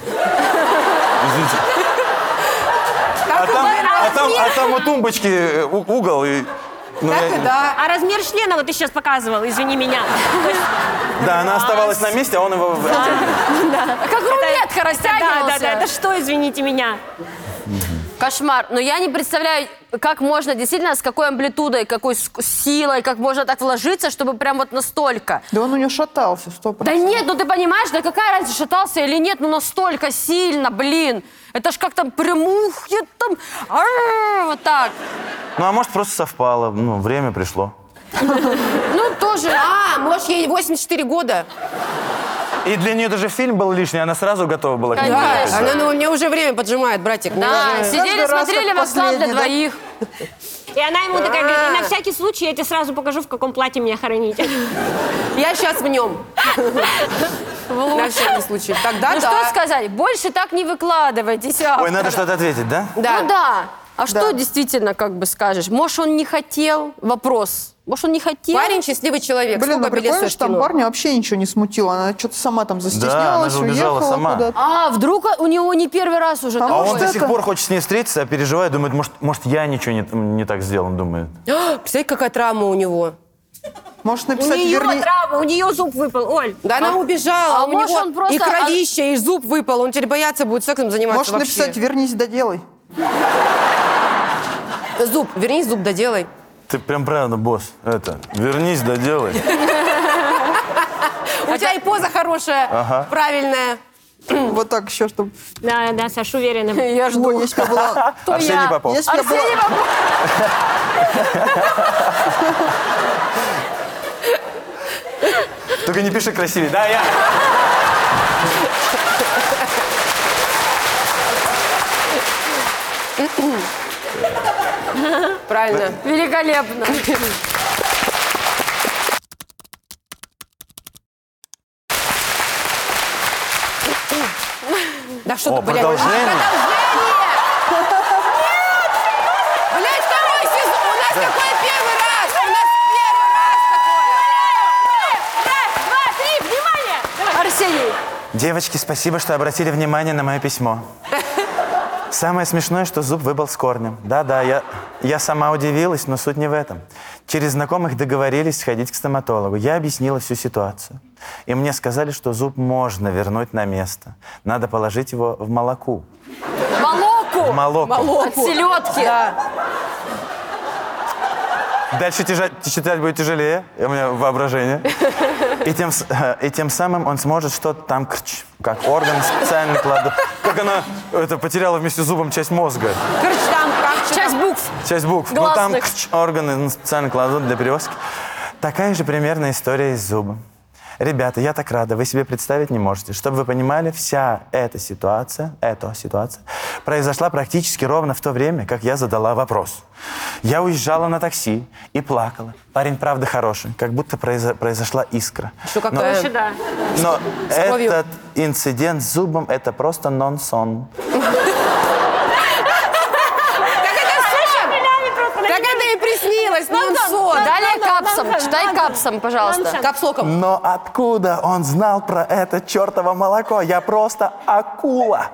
А там, а, там, а там у тумбочки э, у- угол, и... ну, Так я- и да. А размер члена вот ты сейчас показывал, извини меня. То есть- Да, она оставалась на месте, а он его... Как рулетка Да, растягивался. да, да, это что, извините меня? Кошмар. Но я не представляю, как можно действительно, с какой амплитудой, какой с- силой, как можно так вложиться, чтобы прям вот настолько. Да он у нее шатался, сто Да процентов. нет, ну ты понимаешь, да какая разница, шатался или нет, ну настолько сильно, блин. Это ж как там прям ух, я там, ар, вот так. Ну, а может, просто совпало, ну, время пришло. Ну тоже. А, может, ей восемьдесят четыре года. И для нее даже фильм был лишний, она сразу готова была к нему Конечно. ехать. Она, ну, мне уже время поджимает, братик. Мне Да, уже- сидели, Каждый раз смотрели как «Вокзал для последний, да? двоих». И она ему такая говорит, и на всякий случай я тебе сразу покажу, в каком платье меня хоронить. Я сейчас в нем. На всякий случай. Тогда Ну да. что сказать, больше так не выкладывайтесь. Ой, надо что-то ответить, да? Да. Ну да. А что Да. действительно, как бы скажешь? Может, он не хотел? Вопрос. Может, он не хотел? Парень счастливый человек. Блин, ну Сколько билет прикольно, стоит что там кино? парня вообще ничего не смутило. Она что-то сама там застеснялась, же убежала уехала сама. куда-то. А, вдруг у него не первый раз уже А такое? А он может, до это- сих пор хочет с ней встретиться, а переживает, думает, может, может я ничего не, не так сделал, он думает. Представляете, какая травма у него? Может У написать, нее верни... травма, у нее зуб выпал, Оль. Да она убежала, а у может, него он просто- и кровище, и зуб выпал. Он теперь бояться будет сексом заниматься Может вообще. написать, вернись, доделай. Зуб, вернись, зуб доделай. Ты прям правильно, босс. Это, вернись, доделай. У тебя и поза хорошая, правильная. Вот так еще, чтобы... Да, да, Саша уверена. Я жду. Ой, если бы я была... Арсений я? Попов. Если бы я была... Арсений Попов. Только не пиши красивее. Да, я. Правильно. Великолепно. Да что О, ты, блядь. продолжение? Блядь, второй сезон. У нас какой первый раз? У нас первый раз такое. Арсений. Девочки, спасибо, что обратили внимание на мое письмо. Самое смешное, что зуб выбыл с корнем. Да-да, я, я сама удивилась, но суть не в этом. Через знакомых договорились сходить к стоматологу. Я объяснила всю ситуацию. И мне сказали, что зуб можно вернуть на место. Надо положить его в молоку. Молоку. В молоко. От селедки. Дальше тяжа- читать будет тяжелее, у меня воображение. И тем, с- э, и тем самым он сможет что-то там, крч, как орган специально кладут. Как она это, потеряла вместе с зубом часть мозга, Короче, там как Часть букв. часть букв. Ну там Гласных. крч, органы специально кладут для перевозки. Такая же примерная история и с зубом. Ребята, я так рада, вы себе представить не можете. Чтобы вы понимали, вся эта ситуация, эта ситуация произошла практически ровно в то время, как я задала вопрос. Я уезжала на такси и плакала. Парень, правда, хороший, как будто произо- произошла искра. Что какая? Сюда. Но кровью. этот инцидент с зубом — это просто нон-сон. Так это и приснилось, нон-сон. Далее капсом. Читай капсом, пожалуйста. Капслоком. Но откуда он знал про это чертово молоко? Я просто акула.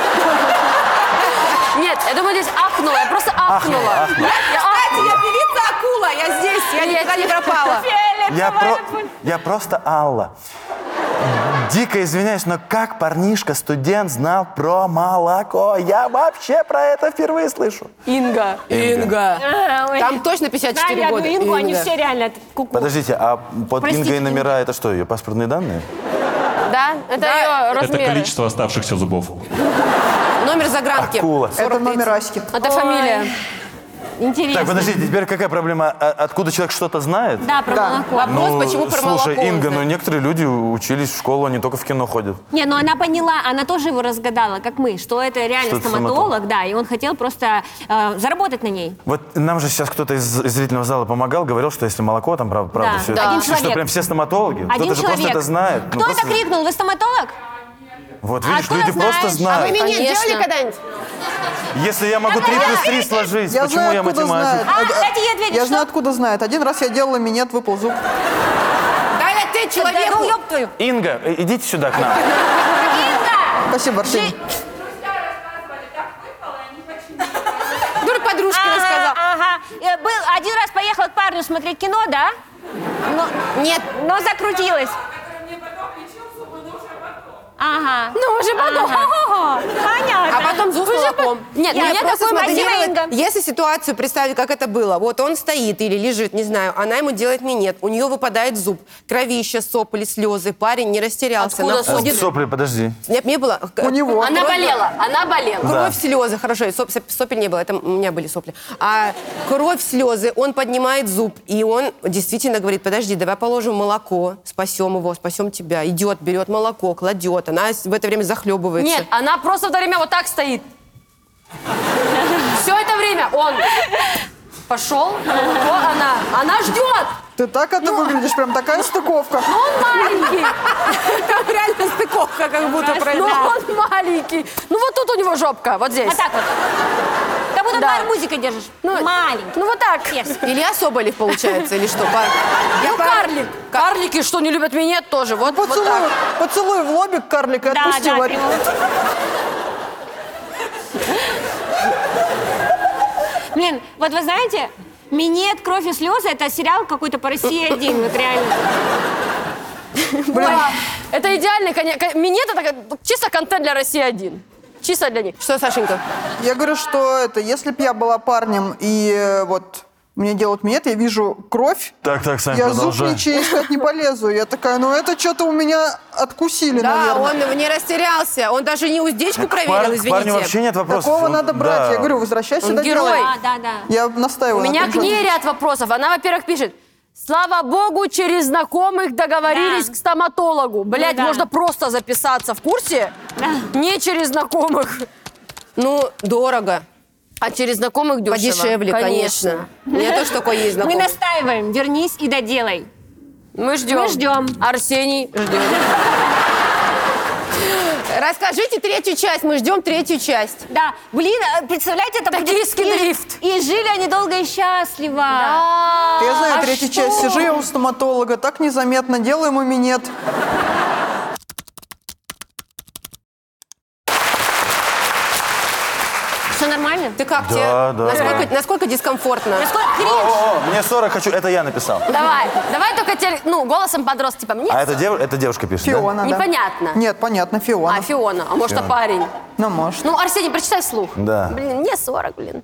Нет, я думаю, здесь ахнула. Я просто ахнула. ахнула. Я Кстати, я певица акула, я здесь, я никуда не пропала. Я, про- я просто Алла. Дико извиняюсь, но как парнишка, студент, знал про молоко? Я вообще про это впервые слышу. Инга. Инга. А, ой. Там точно пятьдесят четыре Знали года. одну Ингу, они Инга. все реально ку-ку. Подождите, а под Простите, Ингой номера это что, ее паспортные данные? Да, это ее Это размеры. количество оставшихся зубов. Номер загранки. Акула. Это номер Аськи. Это фамилия. Интересно. Так, подождите, теперь какая проблема? А- откуда человек что-то знает? Да, про Да. молоко. Вопрос, почему про слушай, молоко Инга, он ну знает? некоторые люди учились в школу, они только в кино ходят. Не, ну она поняла, она тоже его разгадала, как мы, что это реально Что это стоматолог, стоматолог. да, и он хотел просто э, заработать на ней. Вот нам же сейчас кто-то из из зрительного зала помогал, говорил, что если молоко, там прав- правда Да, все да. это. Один И что, человек. прям все стоматологи? Один Кто-то же человек. просто это знает. Ну, Кто просто- это крикнул? Вы стоматолог? Вот видишь, откуда люди знаешь? просто А вы знают. минет Конечно. делали когда-нибудь? Если я могу три плюс три сложить, Я почему знаю, я откуда математик? знает. А, Од- дайте ей ответить, Я что? знаю, откуда знает. Один раз я делала минет, выпал зуб. Дай ответ Да, ну, человеку. ёб твою. Инга, э, идите сюда к нам. Инга! Спасибо, Арсений. Дура подружке Ага, рассказал. ага. Э, Был, один раз поехала к парню смотреть кино, да? Но, Нет. но закрутилась. Ага. Ну, уже потом. Ага. Понятно. А потом зуб с молоком. Нет, Я ну, я просто такой смотрю, могу Спасибо, Моделировать- Инга. Если ситуацию представить, как это было, вот он стоит или лежит, не знаю, она ему делает минет, у нее выпадает зуб, кровища, сопли, слезы, парень не растерялся, Откуда А, находит... Сопли, подожди. Нет, не было. У него. Она болела, она болела. Кровь, слезы, хорошо, и соп- соп- сопель не было, это у меня были сопли. А кровь, слезы, он поднимает зуб, и он действительно говорит, подожди, давай положим молоко, спасем его, спасем тебя. Идет, берет молоко, кладет, она в это время захлебывается. Нет, она просто в это время вот так стоит. Все это время он пошел, молоко, она, она ждет. Ты так это выглядишь, прям такая стыковка. Но он маленький. Там реально стыковка как будто Но произошла. он маленький. Ну вот тут у него жопка, вот здесь. Вот так вот. Как будто Да. да. арбузика держишь. Ну, Маленький. Ну вот так. Yes. Илья Соболев, получается, или что? Пар- Я Ну пар- карлик. Карлики, что не любят минет, тоже. Вот, вот Поцелуй, так. поцелуй в лобик карлика и Да, отпустила. да, прямо. Блин, вот вы знаете, «Минет, кровь и слезы» — это сериал какой-то по России один, вот реально. Да. Это идеальный, коне- ко- минет это как- чисто контент для России один. Чисто для них. Что, Сашенька? Я говорю, что это, если бы я была парнем и э, вот мне делают минет, я вижу кровь, Так, так, Сань, я зуб продолжай. ничей искать не полезу. Я такая, ну это что-то у меня откусили, Да, наверное. он не растерялся. Он даже не уздечку К проверил, пар- к извините. парню вообще нет вопросов. Такого Он- надо брать. да. Я говорю, возвращайся Он до герой. дела. Да, да, да. Я настаиваю. У на меня том, к что- ней ряд вопросов. Она, во-первых, пишет: слава богу, через знакомых договорились Да. к стоматологу. Блять, да. можно просто записаться в курсе, не через знакомых. Ну, дорого. А через знакомых дешево. Подешевле, конечно. У меня тоже такое есть Мы знакомый. настаиваем, вернись и доделай. Мы ждем. Мы ждем. Арсений ждем. Расскажите третью часть, мы ждем третью часть. Да, блин, а представляете, это будет... Токийский и- дрифт. И жили они долго и счастливо. Я знаю, А третья что? часть. Сижу я у стоматолога, так незаметно, делаю ему минет. Все нормально? Ты как Да, тебе? да, насколько, да. насколько дискомфортно? Насколько О, кринж? о, о, мне сорок хочу, это я написал. Давай, давай только теперь, ну, голосом подрос, типа, мне А это, дев- это девушка пишет, да? Фиона, да. непонятно. Нет, понятно, Фиона. А, Фиона, а может, а парень? Ну, может. Ну, Арсений, прочитай вслух. Да. Блин, мне сорок, блин.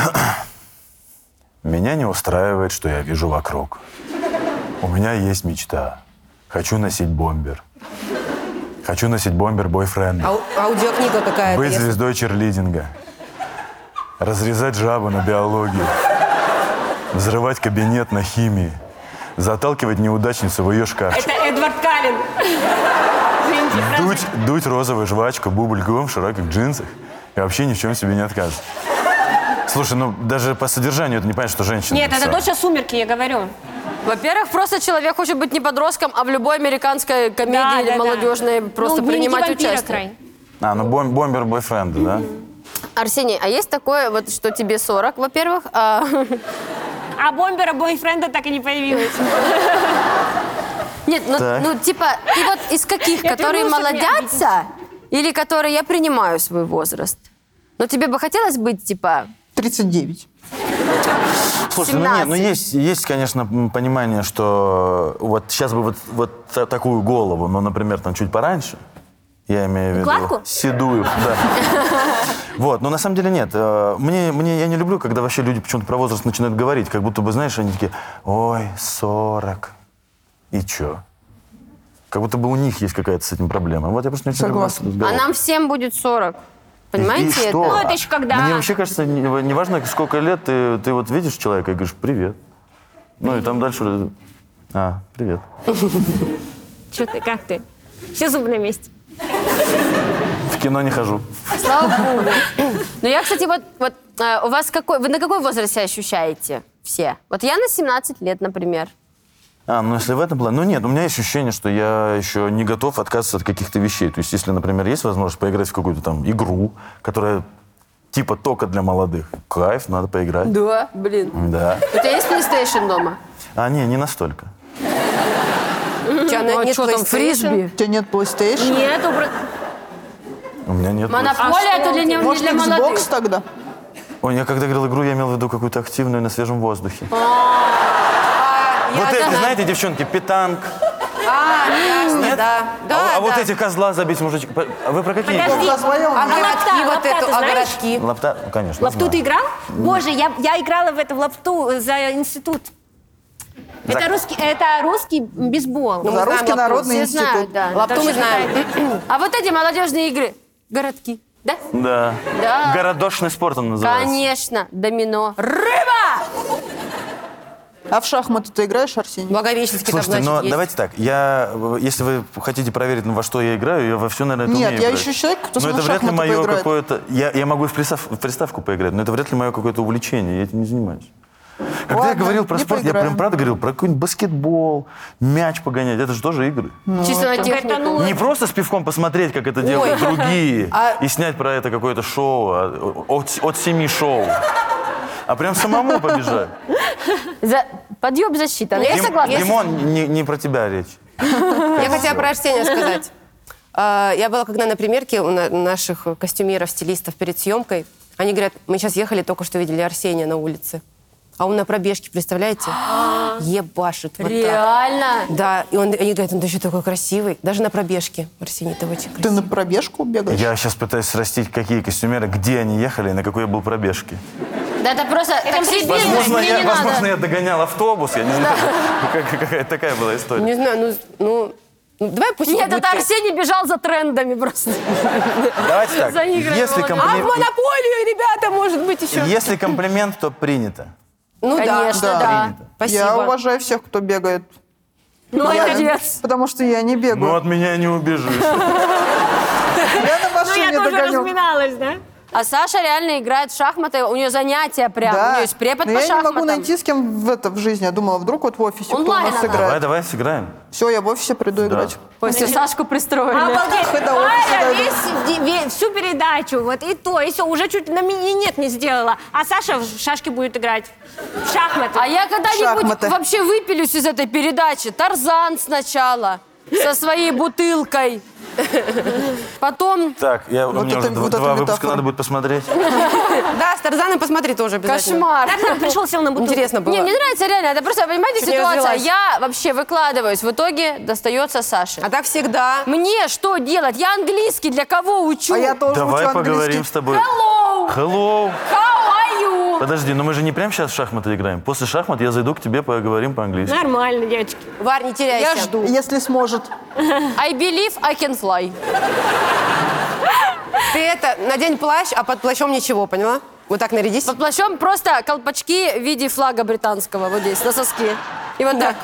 Меня не устраивает, что я вижу вокруг. У меня есть мечта. Хочу носить бомбер. Хочу носить бомбер бойфренда. Ау- аудиокнига какая-то. Быть если- звездой черлидинга. Разрезать жабу на биологии. Взрывать кабинет на химии. Заталкивать неудачницу в ее шкафчик. Это Эдвард Каллен. Извините, правда. Дуть, дуть розовую жвачку бубльгум в широких джинсах. И вообще ни в чем себе не отказывать. Слушай, ну даже по содержанию это не понятно, что женщина Нет, это написала. точно «Сумерки», я говорю. Во-первых, просто человек хочет быть не подростком, а в любой американской комедии Да, или да, да. молодежной просто Ну, «Дневники принимать вампира» участие. край. А, ну бом- бомбер бойфренда, да? Арсений, а есть такое, вот, что тебе сорок, во-первых, а... А бомбера бойфренда так и не появилось. Нет, ну, Так. ну, типа, ты вот из каких, Я которые требую, чтобы меня молодятся, или которые я принимаю свой возраст? Но тебе бы хотелось быть, типа, тридцать девять. Слушай, ну нет, ну есть, есть, конечно, м, понимание, что вот сейчас бы вот, вот та- такую голову, ну, например, там чуть пораньше, я имею в виду Укладку? седую, да. Вот, но на самом деле нет. Э, Мне, мне, я не люблю, когда вообще люди почему-то про возраст начинают говорить, как будто бы, знаешь, они такие, ой, сорок. И чё? Как будто бы у них есть какая-то с этим проблема. Вот я просто не очень Согласна. люблю А нам всем будет сорок. Понимаете И что? это? Ну, это еще когда? Мне вообще кажется, не, не важно, сколько лет ты, ты вот видишь человека и говоришь «привет». Ну и там дальше... А, привет. Что ты, как ты? Все зубы на месте. В кино не хожу. Слава богу. Ну я, кстати, вот, вот э, у вас какой, вы на какой возраст себя ощущаете все? Вот я на семнадцать лет, например. А, ну если в этом плане... Ну нет, у меня есть ощущение, что я еще не готов отказываться от каких-то вещей. То есть если, например, есть возможность поиграть в какую-то там игру, которая типа только для молодых, кайф, надо поиграть. Да, блин. Да. У тебя есть PlayStation дома? А, не, не настолько. У тебя А нет что там, PlayStation? фрисби? У тебя нет PlayStation? Нет, убра- У меня нет... Монополия это для, не, не Может, для Xbox молодых. тогда? Ой, я когда играл игру, я имел в виду какую-то активную на свежем воздухе. Я Вот эти, даже- знаете, девчонки, питанг. А, ясно, Нет? да. Да, а, а вот да. эти козла забить мужичек. А вы про какие? Подожди. По своем. А А городки лапта, вот лапта, эту, ты а знаешь? городки? Лапта? Ну, конечно. Лапту знаю. ты играл? Боже, я, я играла в это в лапту за институт. За- Это русский, это русский бейсбол. Ну, мы За знаем русский лапту. народный Все институт. знают, да. Лапту мы Тоже знаем. А вот эти молодежные игры. Городки. Да? Да. Да. Городошный спорт он называется. Конечно. Домино. Рыба! А в шахматы ты играешь, Арсений? Благовещенский там, Слушайте, значит, но есть. давайте так. Я, э, если вы хотите проверить, ну, во что я играю, я во все, наверное, это Нет, умею я играть. ищу человека, кто Но со это мной вряд ли шахматы мое поиграет. какое-то... Я, я могу и в, пристав- в приставку поиграть, но это вряд ли мое какое-то увлечение. Я этим не занимаюсь. Когда я Ладно, говорил про не спорт, я поиграем. прям правда говорил про какой-нибудь баскетбол, мяч погонять. Это же тоже игры. Чисто на Это, технику. ну, Не просто с пивком посмотреть, как это делают другие, а- и снять про это какое-то шоу, а, от, от семи шоу. А прям самому побежать. За... Подъем засчитан. Я Дим- согласна. Димон, не, не про тебя речь. Я хотела про Арсения сказать. А, Я была когда на примерке у на- наших костюмеров, стилистов перед съемкой. Они говорят, мы сейчас ехали, только что видели Арсения на улице. А он на пробежке, представляете? Ебашит. Вот так. Реально? Да, и он, они говорят, он еще такой красивый. Даже на пробежке. Арсений, ты очень Ты красивый. на пробежку бегаешь? Я сейчас пытаюсь срастить, какие костюмеры, где они ехали и на какой я был пробежке. Да это просто такси бизнес, Возможно, мне я, не возможно, надо. я догонял автобус, я не знаю. Как- Какая-то такая была история. Не знаю, ну, ну, ну, давай пусть Нет, будет это ты. Арсений бежал за трендами просто. Давайте так. За играми Если, молодых. А в комплим- монополию, ребята, может быть, еще. Если комплимент, то принято. Ну Конечно, да. да. Принято. Спасибо. Я уважаю всех, кто бегает. Ну, Я- молодец. Потому что я не Ну, бегаю. от меня не убежишь. Я на Ну, машине я тоже догоню. разминалась, да? А Саша реально играет в шахматы, у нее занятия прям, у Да. нее есть препод Но по я не могу шахматам. найти с кем в, это, в жизни. Я думала, вдруг вот в офисе кто у Онлайн нас она. Давай, играет. давай сыграем. Все, я в офисе приду играть. После Сашку пристроили. Обалдеть. Хоть до офиса Аля дойду. весь, ди- ве- всю передачу, вот и то, и все, уже чуть на нет не сделала. А Саша в шашки будет играть. В шахматы. А я когда-нибудь Шахматы. вообще выпилюсь из этой передачи. Тарзан сначала со своей бутылкой. Потом Так, я, у Вот меня это- уже дв- вот это два выпуска метафора. надо будет посмотреть. Да, с Тарзаном посмотри тоже обязательно. кошмар. Так, пришел, сел на бутылку. Интересно было. Не, мне нравится реально. Это просто, понимаете, Чуть не ситуация. развелась. Я вообще выкладываюсь. В итоге достается Саше. А так всегда. Мне что делать? Я английский для кого учу? А я тоже Давай учу поговорим английский. с тобой. Hello! Hello. How are you? Подожди, но мы же не прямо сейчас в шахматы играем. После шахмат я зайду к тебе, поговорим по-английски. Нормально, девочки. Варь, не теряйся. Я жду. Если сможет. I believe I can fly. Ты это, надень плащ, а под плащом ничего, поняла? Вот так нарядись. Под плащом просто колпачки в виде флага британского вот здесь, на соски. И вот так.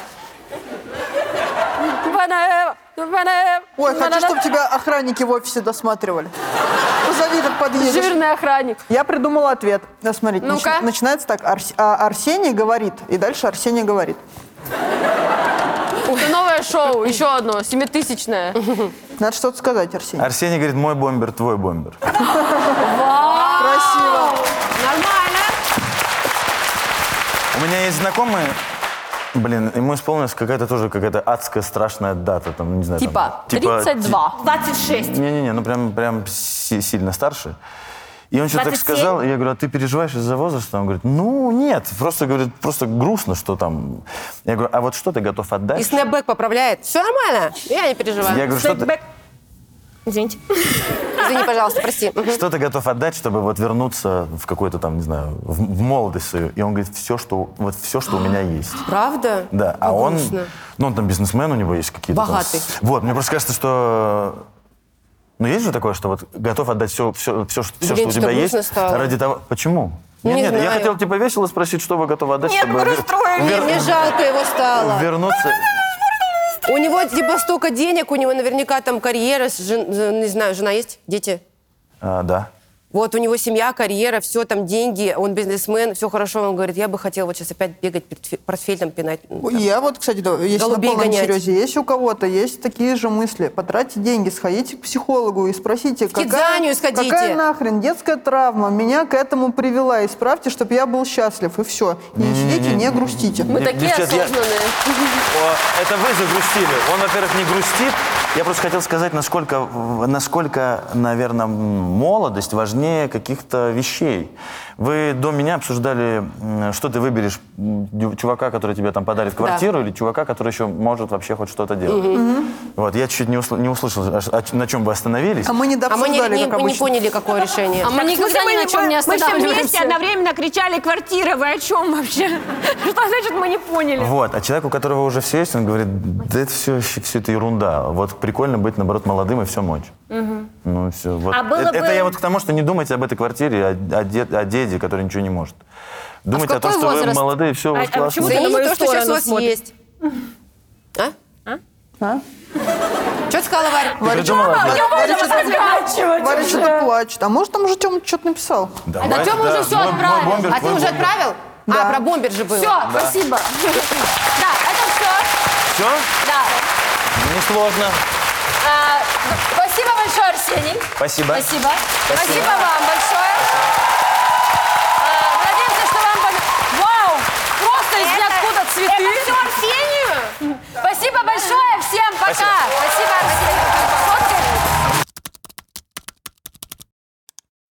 Ой, хочу, чтобы тебя охранники в офисе досматривали. Позови, как подъедешь. Жирный охранник. Я придумала ответ. Да, смотрите, нач- Ну-ка. начинается так. Арс- а, Арсений говорит, и дальше Арсений говорит. Это новое шоу, еще одно, семитысячное. Надо что-то сказать, Арсений. Арсений говорит, мой бомбер, твой бомбер. Красиво. Нормально. У меня есть знакомый, блин, ему исполнилась какая-то тоже какая-то адская страшная дата, там, не знаю. Типа там, тридцать два. двадцать шесть. Не-не-не, ну прям, прям си- сильно старше. И он что-то так двадцать семь? сказал, и я говорю, а ты переживаешь из-за возраста? Он говорит, ну, нет, просто, говорит, просто грустно, что там. Я говорю, а вот что ты готов отдать? И снэпбэк поправляет. Все нормально, я не переживаю. Я говорю, что ты, Бэк. Извините. Извини, пожалуйста, прости. Мгм. что ты готов отдать, чтобы вот вернуться в какой-то там, не знаю, в, в молодость свою? И он говорит, все, что, вот все, что у меня есть. Правда? Да, а Как он, грустно. ну, он там бизнесмен, у него есть какие-то там- Богатый. Вот, мне просто кажется, что... Ну, есть же такое, что вот готов отдать все, все, все, что, все, Блин, что у тебя что-то есть, грустно стало. ради того... Почему? Ну, нет, не нет, я знаю. хотел типа весело спросить, что вы готовы отдать, Нет, чтобы мы вер- расстроились. вер- Мне жалко его стало. вернуться... У него типа столько денег, у него наверняка там карьера, жен- не знаю, жена есть, дети? А, да. Вот у него семья, карьера, все там деньги, он бизнесмен, все хорошо. Он говорит, я бы хотел вот сейчас опять бегать, портфе- портфель там пинать. Я вот, кстати, да, если Голубей на полном гонять. серьезе, если у кого-то есть такие же мысли, потратьте деньги, сходите к психологу и спросите, какая, Кидзанию сходите. какая нахрен детская травма меня к этому привела, исправьте, чтобы я был счастлив, и все. И не сидите, не грустите. Мы Дев- такие девчат, я- осознанные. О, это вы загрустили. Он, во-первых, не грустит. Я просто хотел сказать, насколько, насколько, наверное, молодость важнее каких-то вещей. Вы до меня обсуждали, м, что ты выберешь, м, дю- чувака, который тебе там подарит квартиру, или чувака, который еще может вообще хоть что-то делать. Вот, я чуть не, усл- не услышал, а ш- а ч- на чем вы остановились. А мы не А мы не, дообсуждали, не- как мы не обычно. поняли, какое решение. А мы никогда ни на чем не Мы все вместе останавливаемся. одновременно кричали «квартира». Вы о чем вообще? Что значит мы не поняли? Вот, а человек, у которого уже все есть, он говорит, да это все, все это ерунда. Вот прикольно быть, наоборот, молодым и все мочь. Ну, все. Вот. А было это, бы- это я вот к тому, что не думайте об этой квартире, о, о дед- о деде, который ничего не может. Думайте о том, какой что вы возраст? молодые, все у вас А- а классно. почему ты на Цените мою то, что сейчас у сторону вас смотришь? есть. А? А? Что ты сказала, Варя? Ты придумала? Варя что-то- Варя что-то плачет. А может, там уже Тёма что-то написал? Давайте, А Тёма уже всё Мой- мой отправил. бомбер, А ты твой уже бомбер. отправил? Да. А, про бомбер же было. Все, спасибо. Да, это все. Все? Да. Несложно. А, спасибо большое, Арсений. Спасибо. Спасибо. Спасибо вам большое. А, надеемся, что вам понравилось. Вау! Просто из ниоткуда цветы. Это все Арсению? Спасибо большое всем. Пока. Спасибо. Спасибо.